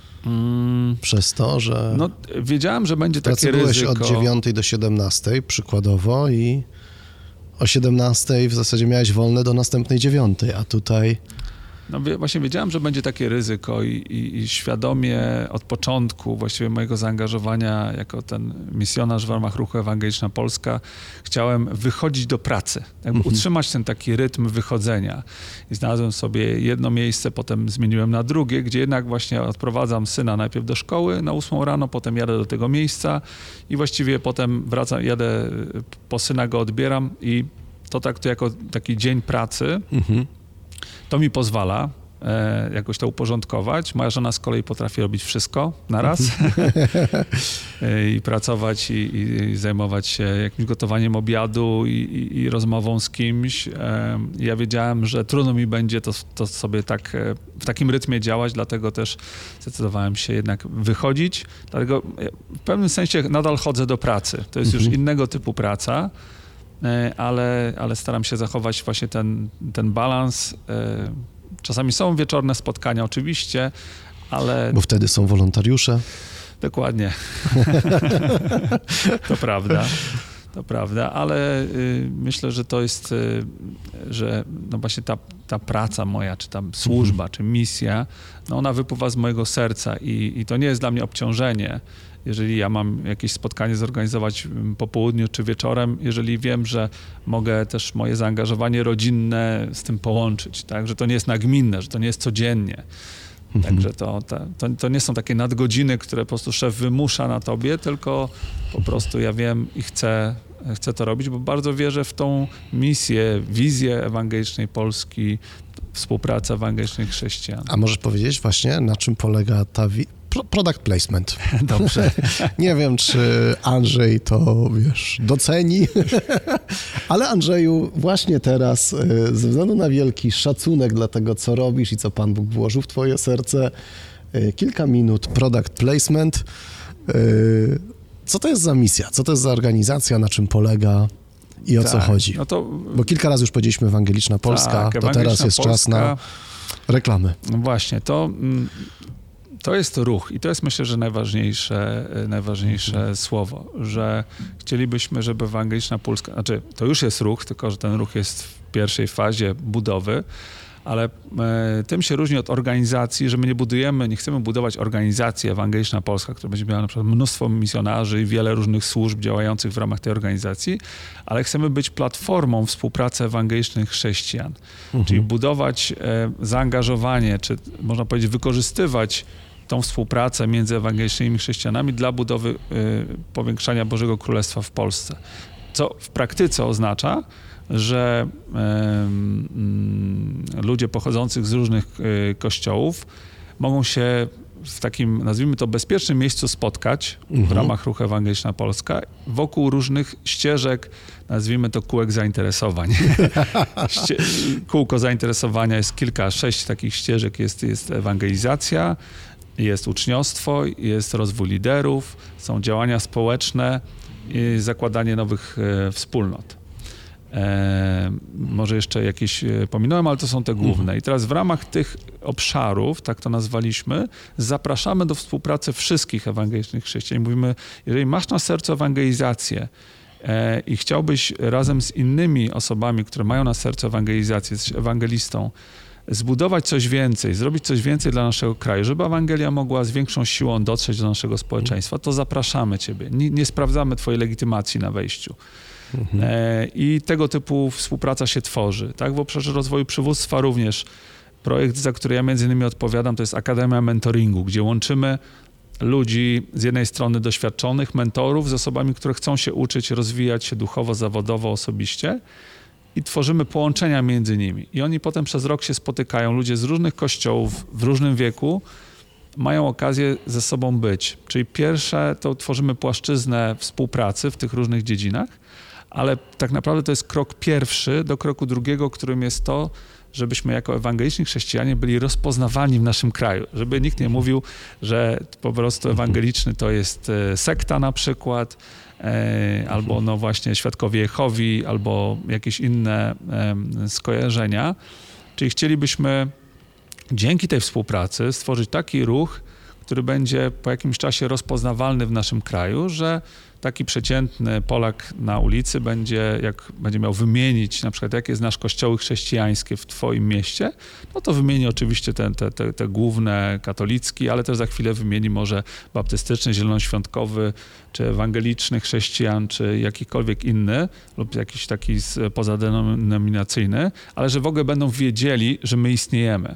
Przez to, że no, wiedziałem, że będzie takie ryzyko. Od 9 do 17 przykładowo i o 17 w zasadzie miałeś wolne do następnej 9, a tutaj... No właśnie wiedziałem, że będzie takie ryzyko i świadomie od początku właściwie mojego zaangażowania jako ten misjonarz w ramach Ruchu Ewangeliczna Polska chciałem wychodzić do pracy, jakby utrzymać ten taki rytm wychodzenia. I znalazłem sobie jedno miejsce, potem zmieniłem na drugie, gdzie jednak właśnie odprowadzam syna najpierw do szkoły na 8 rano, potem jadę do tego miejsca i właściwie potem wracam, jadę po syna, go odbieram i to jako taki dzień pracy. To mi pozwala jakoś to uporządkować. Moja żona z kolei potrafi robić wszystko naraz i pracować i zajmować się jakimś gotowaniem obiadu i rozmową z kimś. Ja wiedziałem, że trudno mi będzie to sobie tak w takim rytmie działać, dlatego też zdecydowałem się jednak wychodzić. Dlatego w pewnym sensie nadal chodzę do pracy. To jest już innego typu praca, ale staram się zachować właśnie ten balans. Czasami są wieczorne spotkania oczywiście, ale... Bo wtedy są wolontariusze. Dokładnie. To prawda. to prawda, ale myślę, że to jest, że no właśnie ta praca moja, czy tam służba, czy misja, no ona wypływa z mojego serca i to nie jest dla mnie obciążenie. Jeżeli ja mam jakieś spotkanie zorganizować po południu czy wieczorem, jeżeli wiem, że mogę też moje zaangażowanie rodzinne z tym połączyć, tak? Że to nie jest nagminne, że to nie jest codziennie. Także to nie są takie nadgodziny, które po prostu szef wymusza na tobie, tylko po prostu ja wiem i chcę to robić, bo bardzo wierzę w tą misję, wizję ewangelicznej Polski, współpracę ewangelicznych chrześcijan. A możesz powiedzieć właśnie, na czym polega ta product placement? Dobrze. Nie wiem, czy Andrzej to, doceni, ale Andrzeju, właśnie teraz, ze względu na wielki szacunek dla tego, co robisz i co Pan Bóg włożył w twoje serce, kilka minut product placement. Co to jest za misja? Co to jest za organizacja? Na czym polega? I o co chodzi? No to, bo kilka razy już powiedzieliśmy Ewangeliczna Polska, tak, to teraz jest Polska, czas na reklamy. No właśnie, to jest ruch i to jest, myślę, że najważniejsze słowo, że chcielibyśmy, żeby Ewangeliczna Polska, znaczy to już jest ruch, tylko że ten ruch jest w pierwszej fazie budowy, ale tym się różni od organizacji, że my nie chcemy budować organizacji Ewangeliczna Polska, która będzie miała na przykład mnóstwo misjonarzy i wiele różnych służb działających w ramach tej organizacji, ale chcemy być platformą współpracy ewangelicznych chrześcijan, czyli budować zaangażowanie, czy można powiedzieć wykorzystywać tą współpracę między ewangelicznymi chrześcijanami dla budowy powiększania Bożego Królestwa w Polsce. Co w praktyce oznacza, że ludzie pochodzących z różnych kościołów mogą się w takim, nazwijmy to, bezpiecznym miejscu spotkać w ramach Ruchu Ewangeliczna Polska wokół różnych ścieżek, nazwijmy to kółek zainteresowań. Kółko zainteresowania jest 6 takich ścieżek. Jest ewangelizacja, jest uczniostwo, jest rozwój liderów, są działania społeczne i zakładanie nowych wspólnot. Może jeszcze jakieś pominąłem, ale to są te główne. I teraz w ramach tych obszarów, tak to nazwaliśmy, zapraszamy do współpracy wszystkich ewangelicznych chrześcijan. Mówimy, jeżeli masz na sercu ewangelizację i chciałbyś razem z innymi osobami, które mają na sercu ewangelizację, jesteś ewangelistą, zbudować coś więcej, zrobić coś więcej dla naszego kraju, żeby Ewangelia mogła z większą siłą dotrzeć do naszego społeczeństwa, to zapraszamy ciebie. Nie sprawdzamy twojej legitymacji na wejściu. I tego typu współpraca się tworzy. Tak? W obszarze rozwoju przywództwa również projekt, za który ja między innymi odpowiadam, to jest Akademia Mentoringu, gdzie łączymy ludzi z jednej strony doświadczonych, mentorów z osobami, które chcą się uczyć, rozwijać się duchowo, zawodowo, osobiście i tworzymy połączenia między nimi. I oni potem przez rok się spotykają, ludzie z różnych kościołów, w różnym wieku, mają okazję ze sobą być. Czyli pierwsze to tworzymy płaszczyznę współpracy w tych różnych dziedzinach, ale tak naprawdę to jest krok pierwszy do kroku drugiego, którym jest to, żebyśmy jako ewangeliczni chrześcijanie byli rozpoznawani w naszym kraju. Żeby nikt nie mówił, że po prostu ewangeliczny to jest sekta na przykład, albo no właśnie Świadkowie Jehowi, albo jakieś inne skojarzenia. Czyli chcielibyśmy dzięki tej współpracy stworzyć taki ruch, który będzie po jakimś czasie rozpoznawalny w naszym kraju, że taki przeciętny Polak na ulicy jak będzie miał wymienić na przykład, jakie znasz kościoły chrześcijańskie w twoim mieście, no to wymieni oczywiście te główne katolicki, ale też za chwilę wymieni może baptystyczny, zielonoświątkowy, czy ewangeliczny chrześcijan, czy jakikolwiek inny lub jakiś taki pozadenominacyjny, ale że w ogóle będą wiedzieli, że my istniejemy.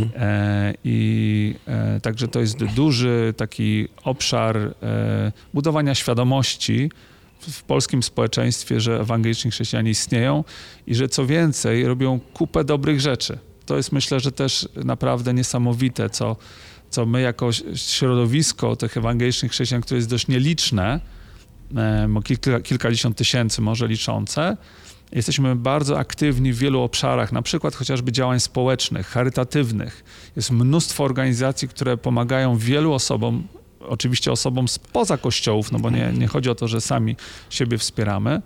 Także to jest duży taki obszar budowania świadomości w polskim społeczeństwie, że ewangeliczni chrześcijanie istnieją i że co więcej robią kupę dobrych rzeczy. To jest, myślę, że też naprawdę niesamowite, co my jako środowisko tych ewangelicznych chrześcijan, które jest dość nieliczne, kilkadziesiąt tysięcy może liczące, jesteśmy bardzo aktywni w wielu obszarach, na przykład chociażby działań społecznych, charytatywnych. Jest mnóstwo organizacji, które pomagają wielu osobom, oczywiście osobom spoza kościołów, no bo nie chodzi o to, że sami siebie wspieramy.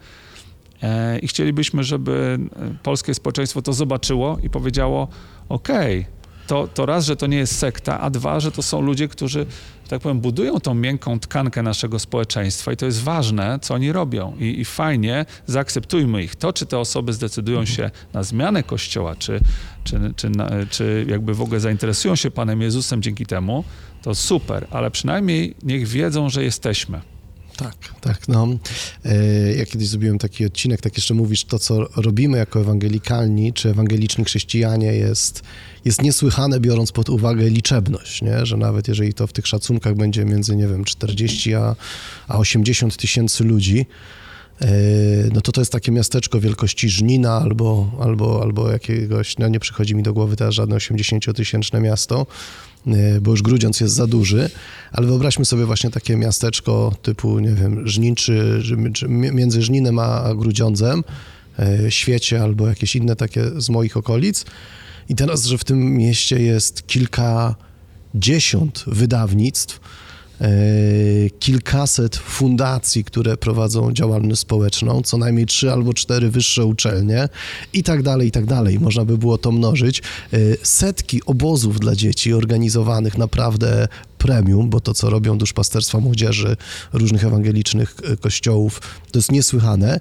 I chcielibyśmy, żeby polskie społeczeństwo to zobaczyło i powiedziało, okej, to raz, że to nie jest sekta, a dwa, że to są ludzie, którzy, że tak powiem, budują tą miękką tkankę naszego społeczeństwa i to jest ważne, co oni robią. I fajnie, zaakceptujmy ich. To, czy te osoby zdecydują się na zmianę Kościoła, czy jakby w ogóle zainteresują się Panem Jezusem dzięki temu, to super, ale przynajmniej niech wiedzą, że jesteśmy. Tak, no. Ja kiedyś zrobiłem taki odcinek, tak jeszcze mówisz, to co robimy jako ewangelikalni, czy ewangeliczni chrześcijanie jest niesłychane, biorąc pod uwagę liczebność, nie? Że nawet jeżeli to w tych szacunkach będzie między, nie wiem, 40 a 80 tysięcy ludzi, no to jest takie miasteczko wielkości Żnina albo jakiegoś, no nie przychodzi mi do głowy teraz żadne 80-tysięczne miasto, bo już Grudziądz jest za duży, ale wyobraźmy sobie właśnie takie miasteczko typu, nie wiem, Żnin, czy między Żninem a Grudziądzem, Świecie albo jakieś inne takie z moich okolic. I teraz, że w tym mieście jest kilkadziesiąt wydawnictw, kilkaset fundacji, które prowadzą działalność społeczną, co najmniej 3 albo 4 wyższe uczelnie i tak dalej. Można by było to mnożyć. Setki obozów dla dzieci organizowanych naprawdę premium, bo to, co robią duszpasterstwa młodzieży różnych ewangelicznych kościołów, to jest niesłychane.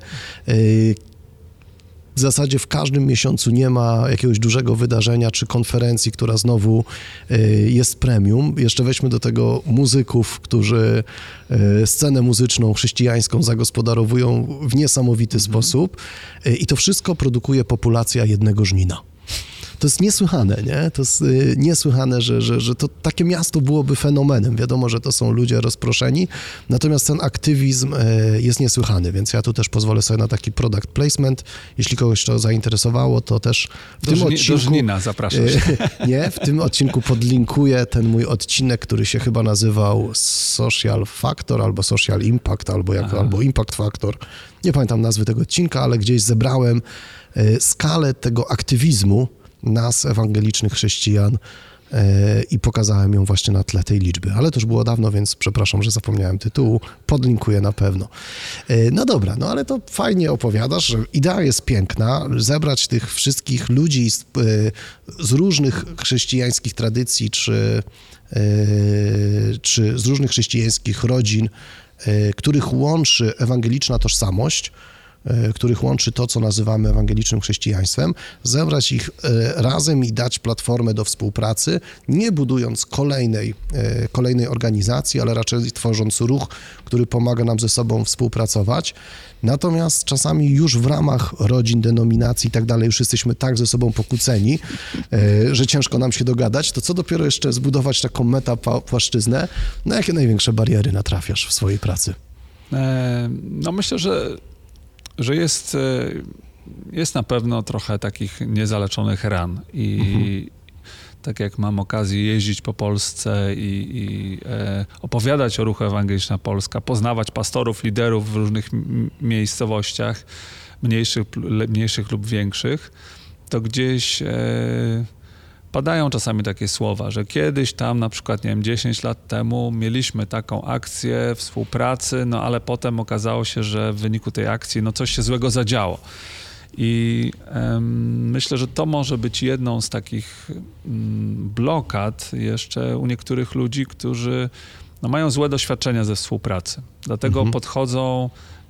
W zasadzie w każdym miesiącu nie ma jakiegoś dużego wydarzenia czy konferencji, która znowu jest premium. Jeszcze weźmy do tego muzyków, którzy scenę muzyczną chrześcijańską zagospodarowują w niesamowity sposób i to wszystko produkuje populacja jednego Żnina. To jest niesłychane, nie? To jest niesłychane, że to takie miasto byłoby fenomenem. Wiadomo, że to są ludzie rozproszeni, natomiast ten aktywizm jest niesłychany, więc ja tu też pozwolę sobie na taki product placement. Jeśli kogoś to zainteresowało, to też w tym odcinku... Do Żnina zapraszam. Nie, w tym odcinku podlinkuję ten mój odcinek, który się chyba nazywał Social Factor, albo Social Impact, albo Impact Factor. Nie pamiętam nazwy tego odcinka, ale gdzieś zebrałem skalę tego aktywizmu nas, ewangelicznych chrześcijan, i pokazałem ją właśnie na tle tej liczby. Ale to już było dawno, więc przepraszam, że zapomniałem tytułu. Podlinkuję na pewno. No dobra, no ale to fajnie opowiadasz, że idea jest piękna. Zebrać tych wszystkich ludzi z różnych chrześcijańskich tradycji, czy z różnych chrześcijańskich rodzin, których łączy ewangeliczna tożsamość, których łączy to, co nazywamy ewangelicznym chrześcijaństwem, zebrać ich razem i dać platformę do współpracy, nie budując kolejnej organizacji, ale raczej tworząc ruch, który pomaga nam ze sobą współpracować. Natomiast czasami już w ramach rodzin, denominacji i tak dalej, już jesteśmy tak ze sobą pokłóceni, że ciężko nam się dogadać, to co dopiero jeszcze zbudować taką metapłaszczyznę, na jakie największe bariery natrafiasz w swojej pracy? No myślę, że jest na pewno trochę takich niezaleczonych ran i tak jak mam okazję jeździć po Polsce i opowiadać o ruchu Ewangeliczna Polska, poznawać pastorów, liderów w różnych miejscowościach, mniejszych lub większych, to gdzieś padają czasami takie słowa, że kiedyś tam na przykład, nie wiem, 10 lat temu mieliśmy taką akcję współpracy, no ale potem okazało się, że w wyniku tej akcji no coś się złego zadziało. I myślę, że to może być jedną z takich blokad jeszcze u niektórych ludzi, którzy no, mają złe doświadczenia ze współpracy. Dlatego podchodzą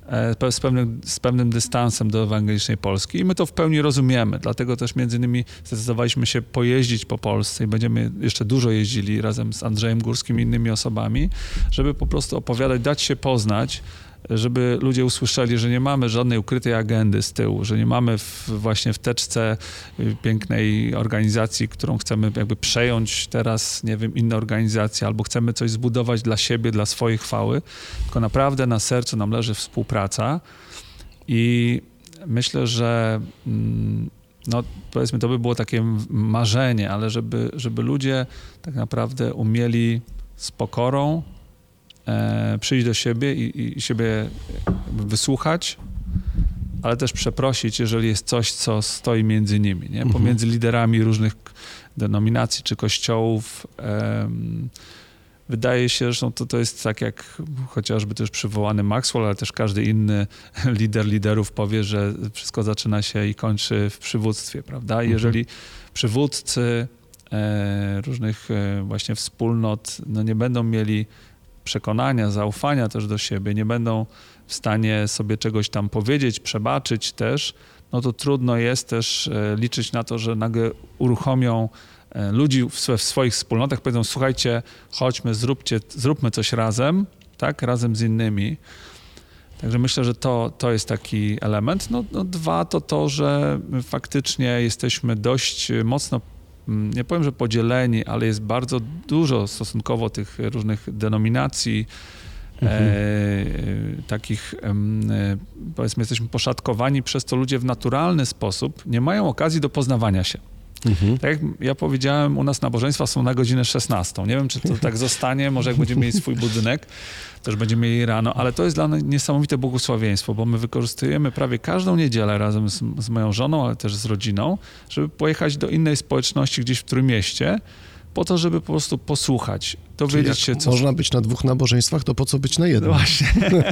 z pewnym dystansem do Ewangelicznej Polski i my to w pełni rozumiemy. Dlatego też między innymi zdecydowaliśmy się pojeździć po Polsce i będziemy jeszcze dużo jeździli razem z Andrzejem Górskim i innymi osobami, żeby po prostu opowiadać, dać się poznać, żeby ludzie usłyszeli, że nie mamy żadnej ukrytej agendy z tyłu, że nie mamy właśnie w teczce pięknej organizacji, którą chcemy jakby przejąć teraz, nie wiem, inne organizacje, albo chcemy coś zbudować dla siebie, dla swojej chwały, tylko naprawdę na sercu nam leży współpraca i myślę, że no powiedzmy, to by było takie marzenie, ale żeby ludzie tak naprawdę umieli z pokorą przyjść do siebie i siebie wysłuchać, ale też przeprosić, jeżeli jest coś, co stoi między nimi, nie? Pomiędzy liderami różnych denominacji czy kościołów. Wydaje się, że to jest tak jak chociażby też przywołany Maxwell, ale też każdy inny liderów powie, że wszystko zaczyna się i kończy w przywództwie, prawda? Jeżeli przywódcy różnych właśnie wspólnot no nie będą mieli przekonania, zaufania też do siebie, nie będą w stanie sobie czegoś tam powiedzieć, przebaczyć też, no to trudno jest też liczyć na to, że nagle uruchomią ludzi w swoich wspólnotach, powiedzą, słuchajcie, chodźmy, zróbmy coś razem, tak, razem z innymi. Także myślę, że to jest taki element. No, dwa to, że faktycznie jesteśmy dość mocno, nie powiem, że podzieleni, ale jest bardzo dużo stosunkowo tych różnych denominacji, takich, powiedzmy, jesteśmy poszatkowani, przez to ludzie w naturalny sposób nie mają okazji do poznawania się. Tak jak ja powiedziałem, u nas nabożeństwa są na godzinę 16. Nie wiem, czy to tak zostanie, może jak będziemy mieli swój budynek, też będziemy mieli rano, ale to jest dla nas niesamowite błogosławieństwo, bo my wykorzystujemy prawie każdą niedzielę razem z moją żoną, ale też z rodziną, żeby pojechać do innej społeczności gdzieś w Trójmieście, po to, żeby po prostu posłuchać, dowiedzieć się, co... Można być na 2 nabożeństwach, to po co być na jednym? Właśnie.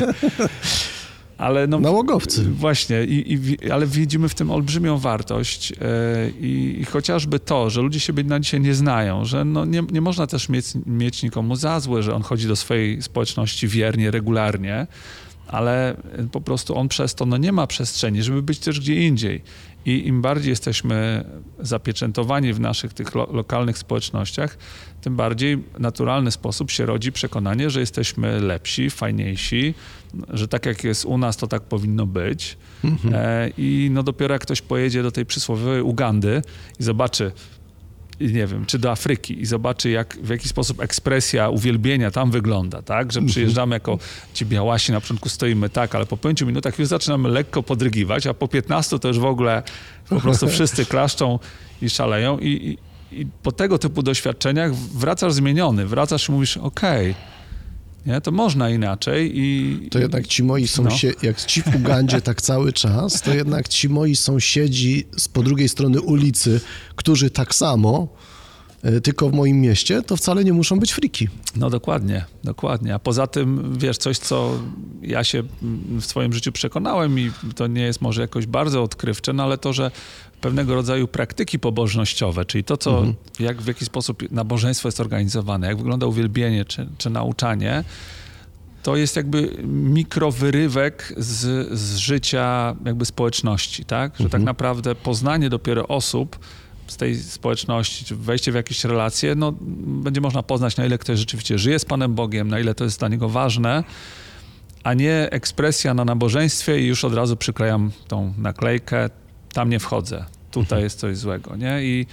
Ale no, nałogowcy. Właśnie, ale widzimy w tym olbrzymią wartość i chociażby to, że ludzie siebie na dzisiaj nie znają, że no nie można też mieć nikomu za złe, że on chodzi do swojej społeczności wiernie, regularnie, ale po prostu on przez to nie ma przestrzeni, żeby być też gdzie indziej. I im bardziej jesteśmy zapieczętowani w naszych tych lokalnych społecznościach, tym bardziej w naturalny sposób się rodzi przekonanie, że jesteśmy lepsi, fajniejsi, że tak jak jest u nas, to tak powinno być. I no dopiero jak ktoś pojedzie do tej przysłowiowej Ugandy i zobaczy, nie wiem, czy do Afryki i zobaczy, w jaki sposób ekspresja uwielbienia tam wygląda, tak? Że przyjeżdżamy jako ci białasi, na początku stoimy tak, ale po 5 minutach już zaczynamy lekko podrygiwać, a po 15 to już w ogóle po prostu wszyscy klaszczą i szaleją i po tego typu doświadczeniach wracasz zmieniony, wracasz i mówisz, okej, nie, to można inaczej To jednak ci moi sąsiedzi, jak ci w Ugandzie tak cały czas, to jednak ci moi sąsiedzi po drugiej strony ulicy, którzy tak samo, tylko w moim mieście, to wcale nie muszą być friki. No dokładnie. A poza tym, wiesz, coś, co ja się w swoim życiu przekonałem i to nie jest może jakoś bardzo odkrywcze, no ale to, że pewnego rodzaju praktyki pobożnościowe, czyli to, co, w jaki sposób nabożeństwo jest organizowane, jak wygląda uwielbienie czy nauczanie, to jest jakby mikrowyrywek z życia jakby społeczności, tak? Że tak naprawdę poznanie dopiero osób z tej społeczności, czy wejście w jakieś relacje, no będzie można poznać, na ile ktoś rzeczywiście żyje z Panem Bogiem, na ile to jest dla niego ważne, a nie ekspresja na nabożeństwie i już od razu przyklejam tą naklejkę, tam nie wchodzę, tutaj jest coś złego, nie? I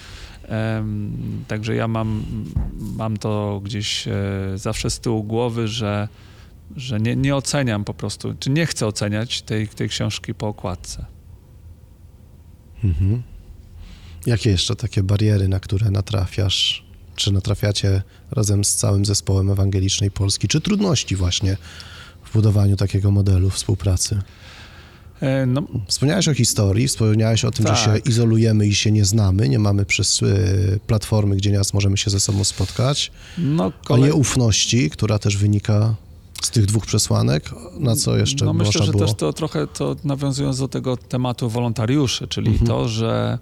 także ja mam to gdzieś zawsze z tyłu głowy, że nie oceniam po prostu, czy nie chcę oceniać tej książki po okładce. Jakie jeszcze takie bariery, na które natrafiasz, czy natrafiacie razem z całym zespołem Ewangelicznej Polski, czy trudności właśnie w budowaniu takiego modelu współpracy? No, Wspomniałeś o historii, wspomniałeś o tym, że się izolujemy i się nie znamy, nie mamy platformy, gdzie nas możemy się ze sobą spotkać, o nieufności, która też wynika z tych 2 przesłanek, na co jeszcze można myślę, że było... też to trochę nawiązując do tego tematu wolontariuszy, czyli to, że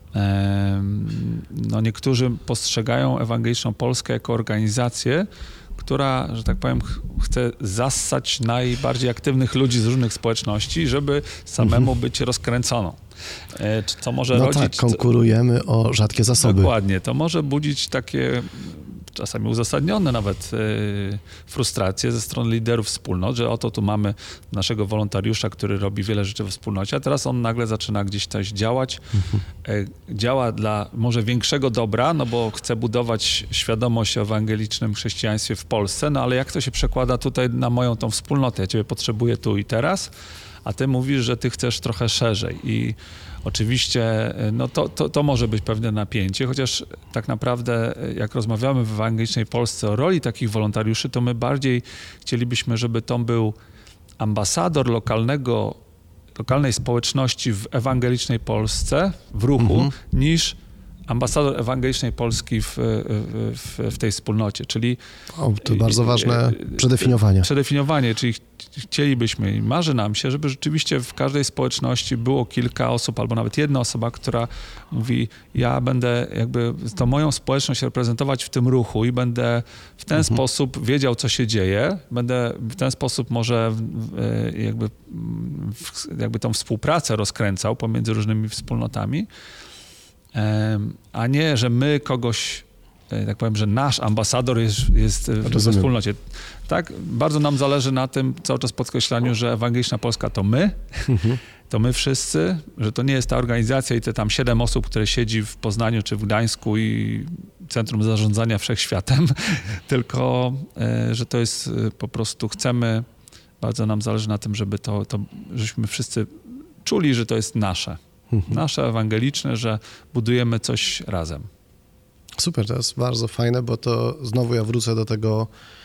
niektórzy postrzegają Ewangeliczną Polskę jako organizację, która, że tak powiem, chce zassać najbardziej aktywnych ludzi z różnych społeczności, żeby samemu być rozkręconą. Co może rodzić... tak, konkurujemy o rzadkie zasoby. Dokładnie, to może budzić takie czasami uzasadnione nawet frustracje ze strony liderów wspólnot, że oto tu mamy naszego wolontariusza, który robi wiele rzeczy we wspólnocie, a teraz on nagle zaczyna gdzieś coś działać. Działa dla może większego dobra, no bo chce budować świadomość o ewangelicznym chrześcijaństwie w Polsce, no ale jak to się przekłada tutaj na moją tą wspólnotę? Ja ciebie potrzebuję tu i teraz, a ty mówisz, że ty chcesz trochę szerzej i oczywiście to może być pewne napięcie, chociaż tak naprawdę jak rozmawiamy w Ewangelicznej Polsce o roli takich wolontariuszy, to my bardziej chcielibyśmy, żeby to był ambasador lokalnej społeczności w Ewangelicznej Polsce, w ruchu, niż ambasador ewangelicznej Polski w tej wspólnocie, czyli... To bardzo ważne przedefiniowanie. Przedefiniowanie, czyli chcielibyśmy i marzy nam się, żeby rzeczywiście w każdej społeczności było kilka osób, albo nawet jedna osoba, która mówi, ja będę jakby tą moją społeczność reprezentować w tym ruchu i będę w ten sposób wiedział, co się dzieje, będę w ten sposób może jakby tą współpracę rozkręcał pomiędzy różnymi wspólnotami, a nie, że my kogoś, tak powiem, że nasz ambasador jest w wspólnocie. Tak, bardzo nam zależy na tym, cały czas podkreślaniu, że Ewangeliczna Polska to my, to my wszyscy, że to nie jest ta organizacja i te tam 7 osób, które siedzi w Poznaniu czy w Gdańsku i Centrum Zarządzania Wszechświatem, tylko, że to jest po prostu, chcemy, bardzo nam zależy na tym, żeby żebyśmy wszyscy czuli, że to jest nasze. Nasze ewangeliczne, że budujemy coś razem. Super, to jest bardzo fajne, bo to znowu ja wrócę do tego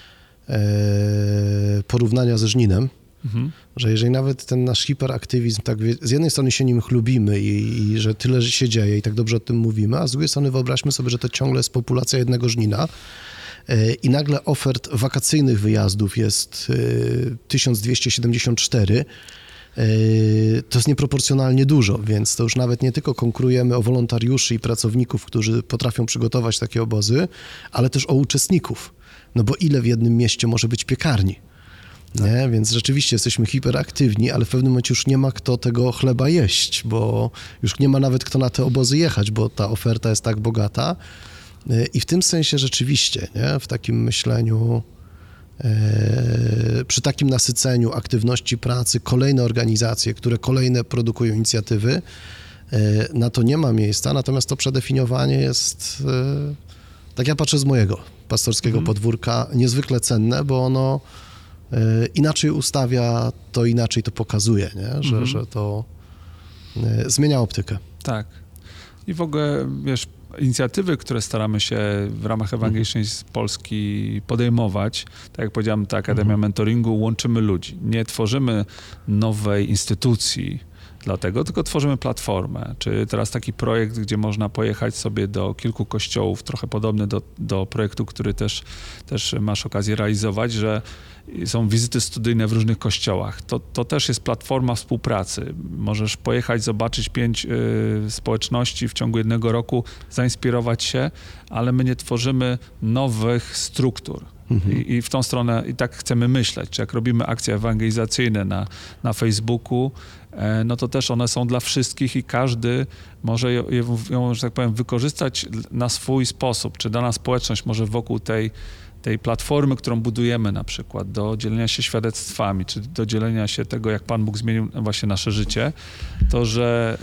porównania ze Żninem, że jeżeli nawet ten nasz hiperaktywizm, tak z jednej strony się nim chlubimy i że tyle się dzieje i tak dobrze o tym mówimy, a z drugiej strony wyobraźmy sobie, że to ciągle jest populacja jednego Żnina i nagle ofert wakacyjnych wyjazdów jest 1274, to jest nieproporcjonalnie dużo, więc to już nawet nie tylko konkurujemy o wolontariuszy i pracowników, którzy potrafią przygotować takie obozy, ale też o uczestników. No bo ile w jednym mieście może być piekarni? Nie? Więc rzeczywiście jesteśmy hiperaktywni, ale w pewnym momencie już nie ma kto tego chleba jeść, bo już nie ma nawet kto na te obozy jechać, bo ta oferta jest tak bogata. I w tym sensie rzeczywiście, nie? W takim myśleniu, przy takim nasyceniu aktywności pracy, kolejne organizacje, które kolejne produkują inicjatywy, na to nie ma miejsca, natomiast to przedefiniowanie jest, tak ja patrzę z mojego pastorskiego podwórka, niezwykle cenne, bo ono inaczej ustawia, to inaczej to pokazuje, nie? Że to zmienia optykę. Tak. I w ogóle, wiesz, inicjatywy, które staramy się w ramach Ewangelicznej Polski podejmować, tak jak powiedziałem, ta Akademia Mentoringu, łączymy ludzi. Nie tworzymy nowej instytucji dlatego, tylko tworzymy platformę. Czy teraz taki projekt, gdzie można pojechać sobie do kilku kościołów, trochę podobny do projektu, który też masz okazję realizować, że są wizyty studyjne w różnych kościołach. To też jest platforma współpracy. Możesz pojechać, zobaczyć 5 społeczności w ciągu 1 roku, zainspirować się, ale my nie tworzymy nowych struktur. I w tą stronę i tak chcemy myśleć. Czy jak robimy akcje ewangelizacyjne na Facebooku, no to też one są dla wszystkich i każdy może ją, że tak powiem, wykorzystać na swój sposób. Czy dana społeczność może wokół tej platformy, którą budujemy na przykład, do dzielenia się świadectwami, czy do dzielenia się tego, jak Pan Bóg zmienił właśnie nasze życie, to, że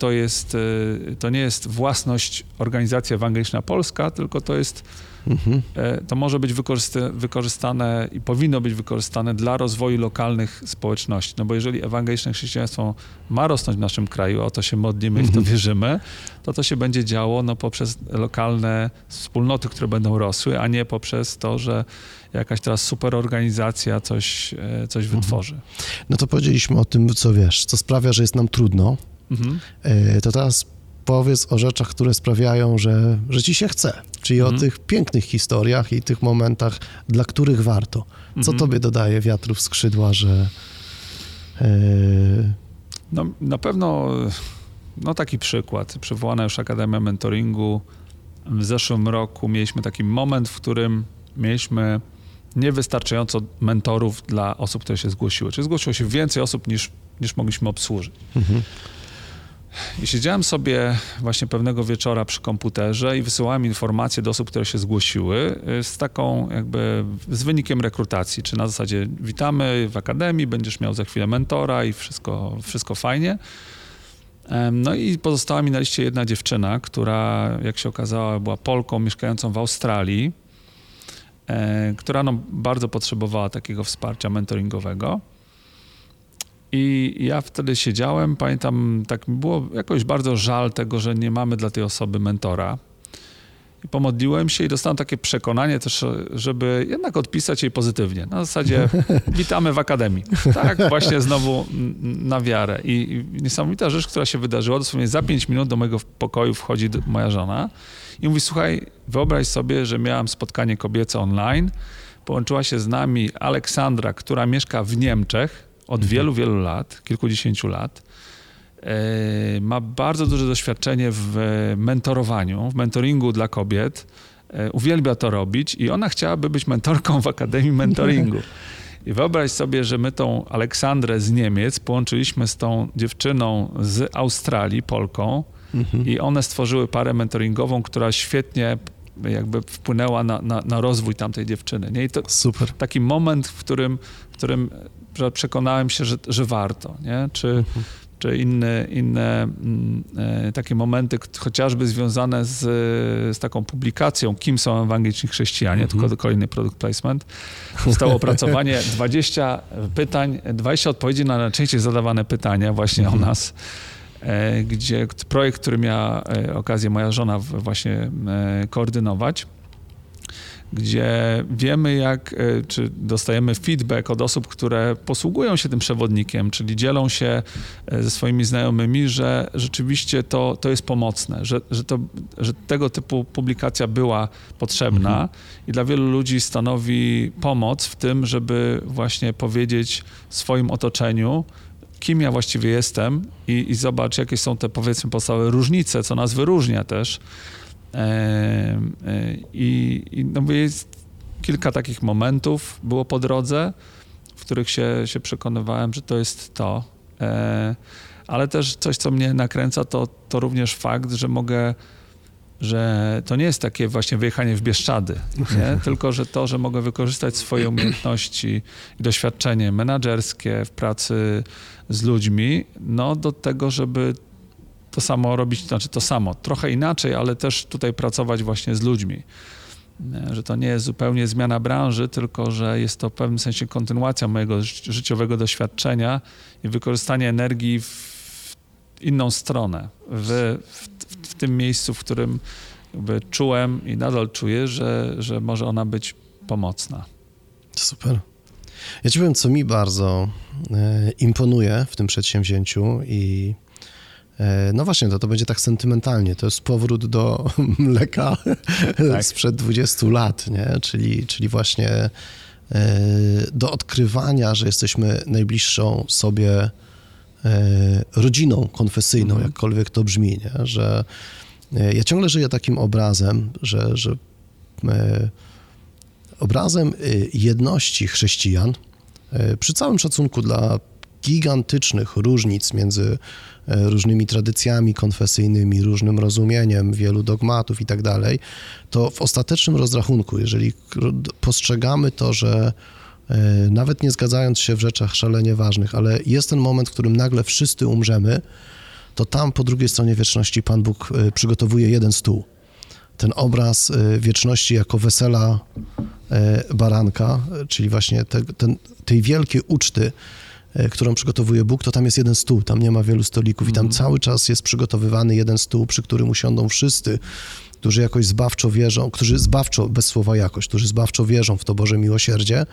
to nie jest własność Organizacji Ewangeliczna Polska, tylko to jest to może być wykorzystane i powinno być wykorzystane dla rozwoju lokalnych społeczności. No bo jeżeli ewangeliczne chrześcijaństwo ma rosnąć w naszym kraju, o to się modlimy i w to wierzymy, to się będzie działo poprzez lokalne wspólnoty, które będą rosły, a nie poprzez to, że jakaś teraz super organizacja coś wytworzy. No to powiedzieliśmy o tym, co wiesz, co sprawia, że jest nam trudno. To teraz powiedz o rzeczach, które sprawiają, że ci się chce. Czyli o tych pięknych historiach i tych momentach, dla których warto. Co tobie dodaje wiatru w skrzydła, że... No na pewno, taki przykład. Przywołana już Akademia Mentoringu. W zeszłym roku mieliśmy taki moment, w którym mieliśmy niewystarczająco mentorów dla osób, które się zgłosiły. Czyli zgłosiło się więcej osób niż mogliśmy obsłużyć. I siedziałem sobie właśnie pewnego wieczora przy komputerze i wysyłałem informacje do osób, które się zgłosiły z wynikiem rekrutacji, czy na zasadzie witamy w Akademii, będziesz miał za chwilę mentora i wszystko fajnie. No i pozostała mi na liście jedna dziewczyna, która, jak się okazało, była Polką mieszkającą w Australii, która bardzo potrzebowała takiego wsparcia mentoringowego. I ja wtedy siedziałem, pamiętam, tak mi było jakoś bardzo żal tego, że nie mamy dla tej osoby mentora. I pomodliłem się i dostałem takie przekonanie też, żeby jednak odpisać jej pozytywnie. Na zasadzie witamy w Akademii. Tak, właśnie znowu na wiarę. I niesamowita rzecz, która się wydarzyła, dosłownie za 5 minut do mojego pokoju wchodzi moja żona i mówi, słuchaj, wyobraź sobie, że miałam spotkanie kobiece online, połączyła się z nami Aleksandra, która mieszka w Niemczech od wielu, wielu lat, kilkudziesięciu lat. Ma bardzo duże doświadczenie w mentorowaniu, w mentoringu dla kobiet. Uwielbia to robić i ona chciałaby być mentorką w Akademii Mentoringu. I wyobraź sobie, że my tą Aleksandrę z Niemiec połączyliśmy z tą dziewczyną z Australii, Polką, i one stworzyły parę mentoringową, która świetnie jakby wpłynęła na rozwój tamtej dziewczyny. Nie? I to super. Taki moment, w którym przekonałem się, że warto. Nie? Czy inne takie momenty, chociażby związane z taką publikacją, kim są ewangeliczni chrześcijanie, tylko kolejny product placement. Zostało opracowanie 20 pytań, 20 odpowiedzi na najczęściej zadawane pytania właśnie o nas, gdzie projekt, który miała okazję moja żona właśnie koordynować, gdzie wiemy czy dostajemy feedback od osób, które posługują się tym przewodnikiem, czyli dzielą się ze swoimi znajomymi, że rzeczywiście to jest pomocne, że tego typu publikacja była potrzebna i dla wielu ludzi stanowi pomoc w tym, żeby właśnie powiedzieć swoim otoczeniu, kim ja właściwie jestem i zobacz, jakie są te, powiedzmy, podstawowe różnice, co nas wyróżnia też. Jest kilka takich momentów było po drodze, w których się przekonywałem, że to jest to. Ale też coś, co mnie nakręca, to również fakt, że to nie jest takie właśnie wyjechanie w Bieszczady, nie? Tylko że mogę wykorzystać swoje umiejętności i doświadczenie menadżerskie w pracy z ludźmi, do tego, żeby to samo robić, to samo, trochę inaczej, ale też tutaj pracować właśnie z ludźmi. Że to nie jest zupełnie zmiana branży, tylko że jest to w pewnym sensie kontynuacja mojego życiowego doświadczenia i wykorzystanie energii w inną stronę, w tym miejscu, w którym jakby czułem i nadal czuję, że może ona być pomocna. Super. Ja ci powiem, co mi bardzo imponuje w tym przedsięwzięciu i no właśnie, to będzie tak sentymentalnie. To jest powrót do mleka sprzed 20 lat, nie? Czyli właśnie do odkrywania, że jesteśmy najbliższą sobie rodziną konfesyjną, jakkolwiek to brzmi, nie? Że ja ciągle żyję takim obrazem, że obrazem jedności chrześcijan, przy całym szacunku dla gigantycznych różnic między różnymi tradycjami konfesyjnymi, różnym rozumieniem wielu dogmatów i tak dalej, to w ostatecznym rozrachunku, jeżeli postrzegamy to, że nawet nie zgadzając się w rzeczach szalenie ważnych, ale jest ten moment, w którym nagle wszyscy umrzemy, to tam po drugiej stronie wieczności Pan Bóg przygotowuje jeden stół. Ten obraz wieczności jako wesela baranka, czyli właśnie tej wielkiej uczty, którą przygotowuje Bóg, to tam jest jeden stół, tam nie ma wielu stolików i tam cały czas jest przygotowywany jeden stół, przy którym usiądą wszyscy, którzy jakoś zbawczo wierzą, bez słowa jakoś, którzy zbawczo wierzą w to Boże miłosierdzie.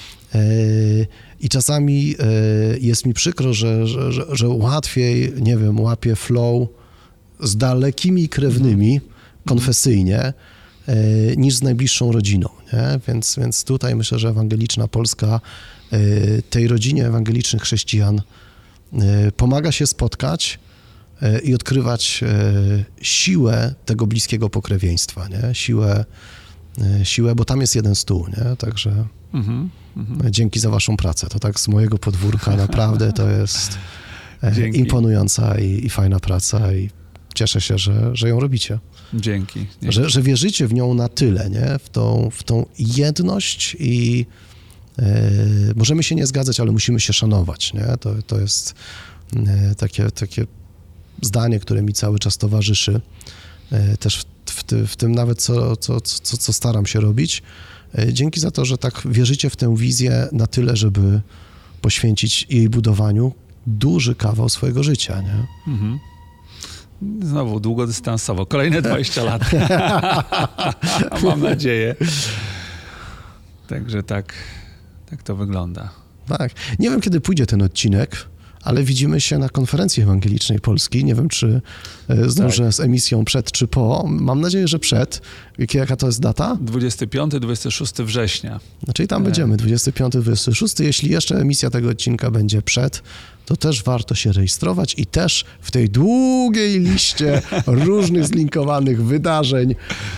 I czasami jest mi przykro, że łatwiej, nie wiem, łapię flow z dalekimi krewnymi konfesyjnie, niż z najbliższą rodziną, nie? Więc tutaj myślę, że ewangeliczna Polska tej rodzinie ewangelicznych chrześcijan pomaga się spotkać i odkrywać siłę tego bliskiego pokrewieństwa, nie? Siłę, bo tam jest jeden stół, nie? Także dzięki za waszą pracę. To tak z mojego podwórka naprawdę to jest imponująca i fajna praca i cieszę się, że ją robicie. Dzięki. Że wierzycie w nią na tyle, nie? W tą jedność i możemy się nie zgadzać, ale musimy się szanować, nie? To jest takie zdanie, które mi cały czas towarzyszy, też w tym nawet, co staram się robić. Dzięki za to, że tak wierzycie w tę wizję na tyle, żeby poświęcić jej budowaniu duży kawał swojego życia, nie? Znowu długodystansowo, kolejne 20 lat. Mam nadzieję. Także tak to wygląda. Tak. Nie wiem, kiedy pójdzie ten odcinek, ale widzimy się na konferencji ewangelicznej Polski. Nie wiem, czy zdążę z emisją przed czy po. Mam nadzieję, że przed. Jaka to jest data? 25-26 września. Czyli tam będziemy, 25-26. Jeśli jeszcze emisja tego odcinka będzie przed, to też warto się rejestrować i też w tej długiej liście różnych zlinkowanych wydarzeń,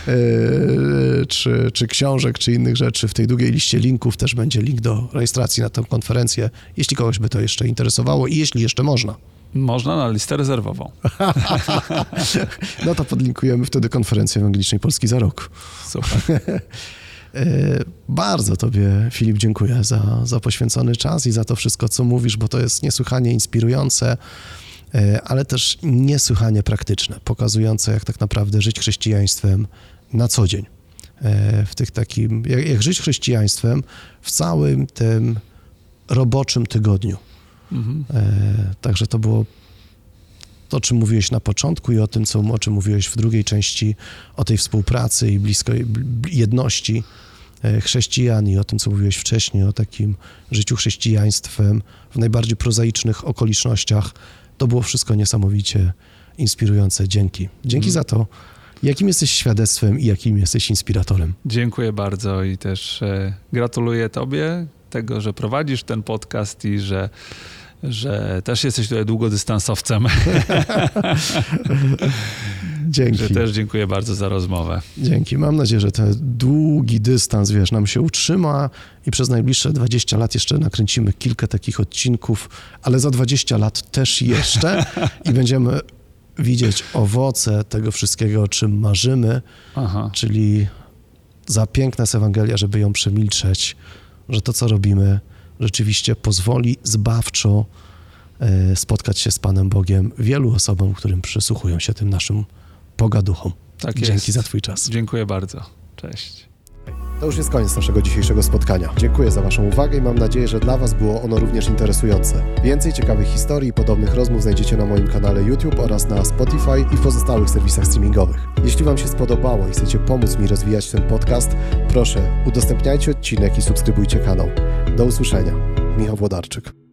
czy książek, czy innych rzeczy, w tej długiej liście linków też będzie link do rejestracji na tę konferencję, jeśli kogoś by to jeszcze interesowało i jeśli jeszcze można. Można na listę rezerwową. No to podlinkujemy wtedy konferencję ewangelicznej Polski za rok. Super. Bardzo Tobie, Filip, dziękuję za poświęcony czas i za to wszystko, co mówisz, bo to jest niesłychanie inspirujące, ale też niesłychanie praktyczne, pokazujące, jak tak naprawdę żyć chrześcijaństwem na co dzień. W tych takim, jak żyć chrześcijaństwem w całym tym roboczym tygodniu. Mhm. Także to było to, o czym mówiłeś na początku i o czym mówiłeś w drugiej części, o tej współpracy i bliskiej jedności chrześcijan i o tym, co mówiłeś wcześniej, o takim życiu chrześcijaństwem w najbardziej prozaicznych okolicznościach. To było wszystko niesamowicie inspirujące. Dzięki za to. Jakim jesteś świadectwem i jakim jesteś inspiratorem? Dziękuję bardzo i też gratuluję Tobie tego, że prowadzisz ten podcast i że też jesteś tutaj długodystansowcem. Dzięki. Że też dziękuję bardzo za rozmowę. Dzięki. Mam nadzieję, że ten długi dystans, nam się utrzyma i przez najbliższe 20 lat jeszcze nakręcimy kilka takich odcinków, ale za 20 lat też jeszcze i będziemy widzieć owoce tego wszystkiego, o czym marzymy, czyli za piękna jest Ewangelia, żeby ją przemilczeć, że to, co robimy, rzeczywiście pozwoli zbawczo spotkać się z Panem Bogiem wielu osobom, którym przysłuchują się tym naszym pogaduchom. Tak Dzięki jest. za Twój czas. Dziękuję bardzo. Cześć. To już jest koniec naszego dzisiejszego spotkania. Dziękuję za Waszą uwagę i mam nadzieję, że dla Was było ono również interesujące. Więcej ciekawych historii i podobnych rozmów znajdziecie na moim kanale YouTube oraz na Spotify i w pozostałych serwisach streamingowych. Jeśli Wam się spodobało i chcecie pomóc mi rozwijać ten podcast, proszę udostępniajcie odcinek i subskrybujcie kanał. Do usłyszenia. Michał Włodarczyk.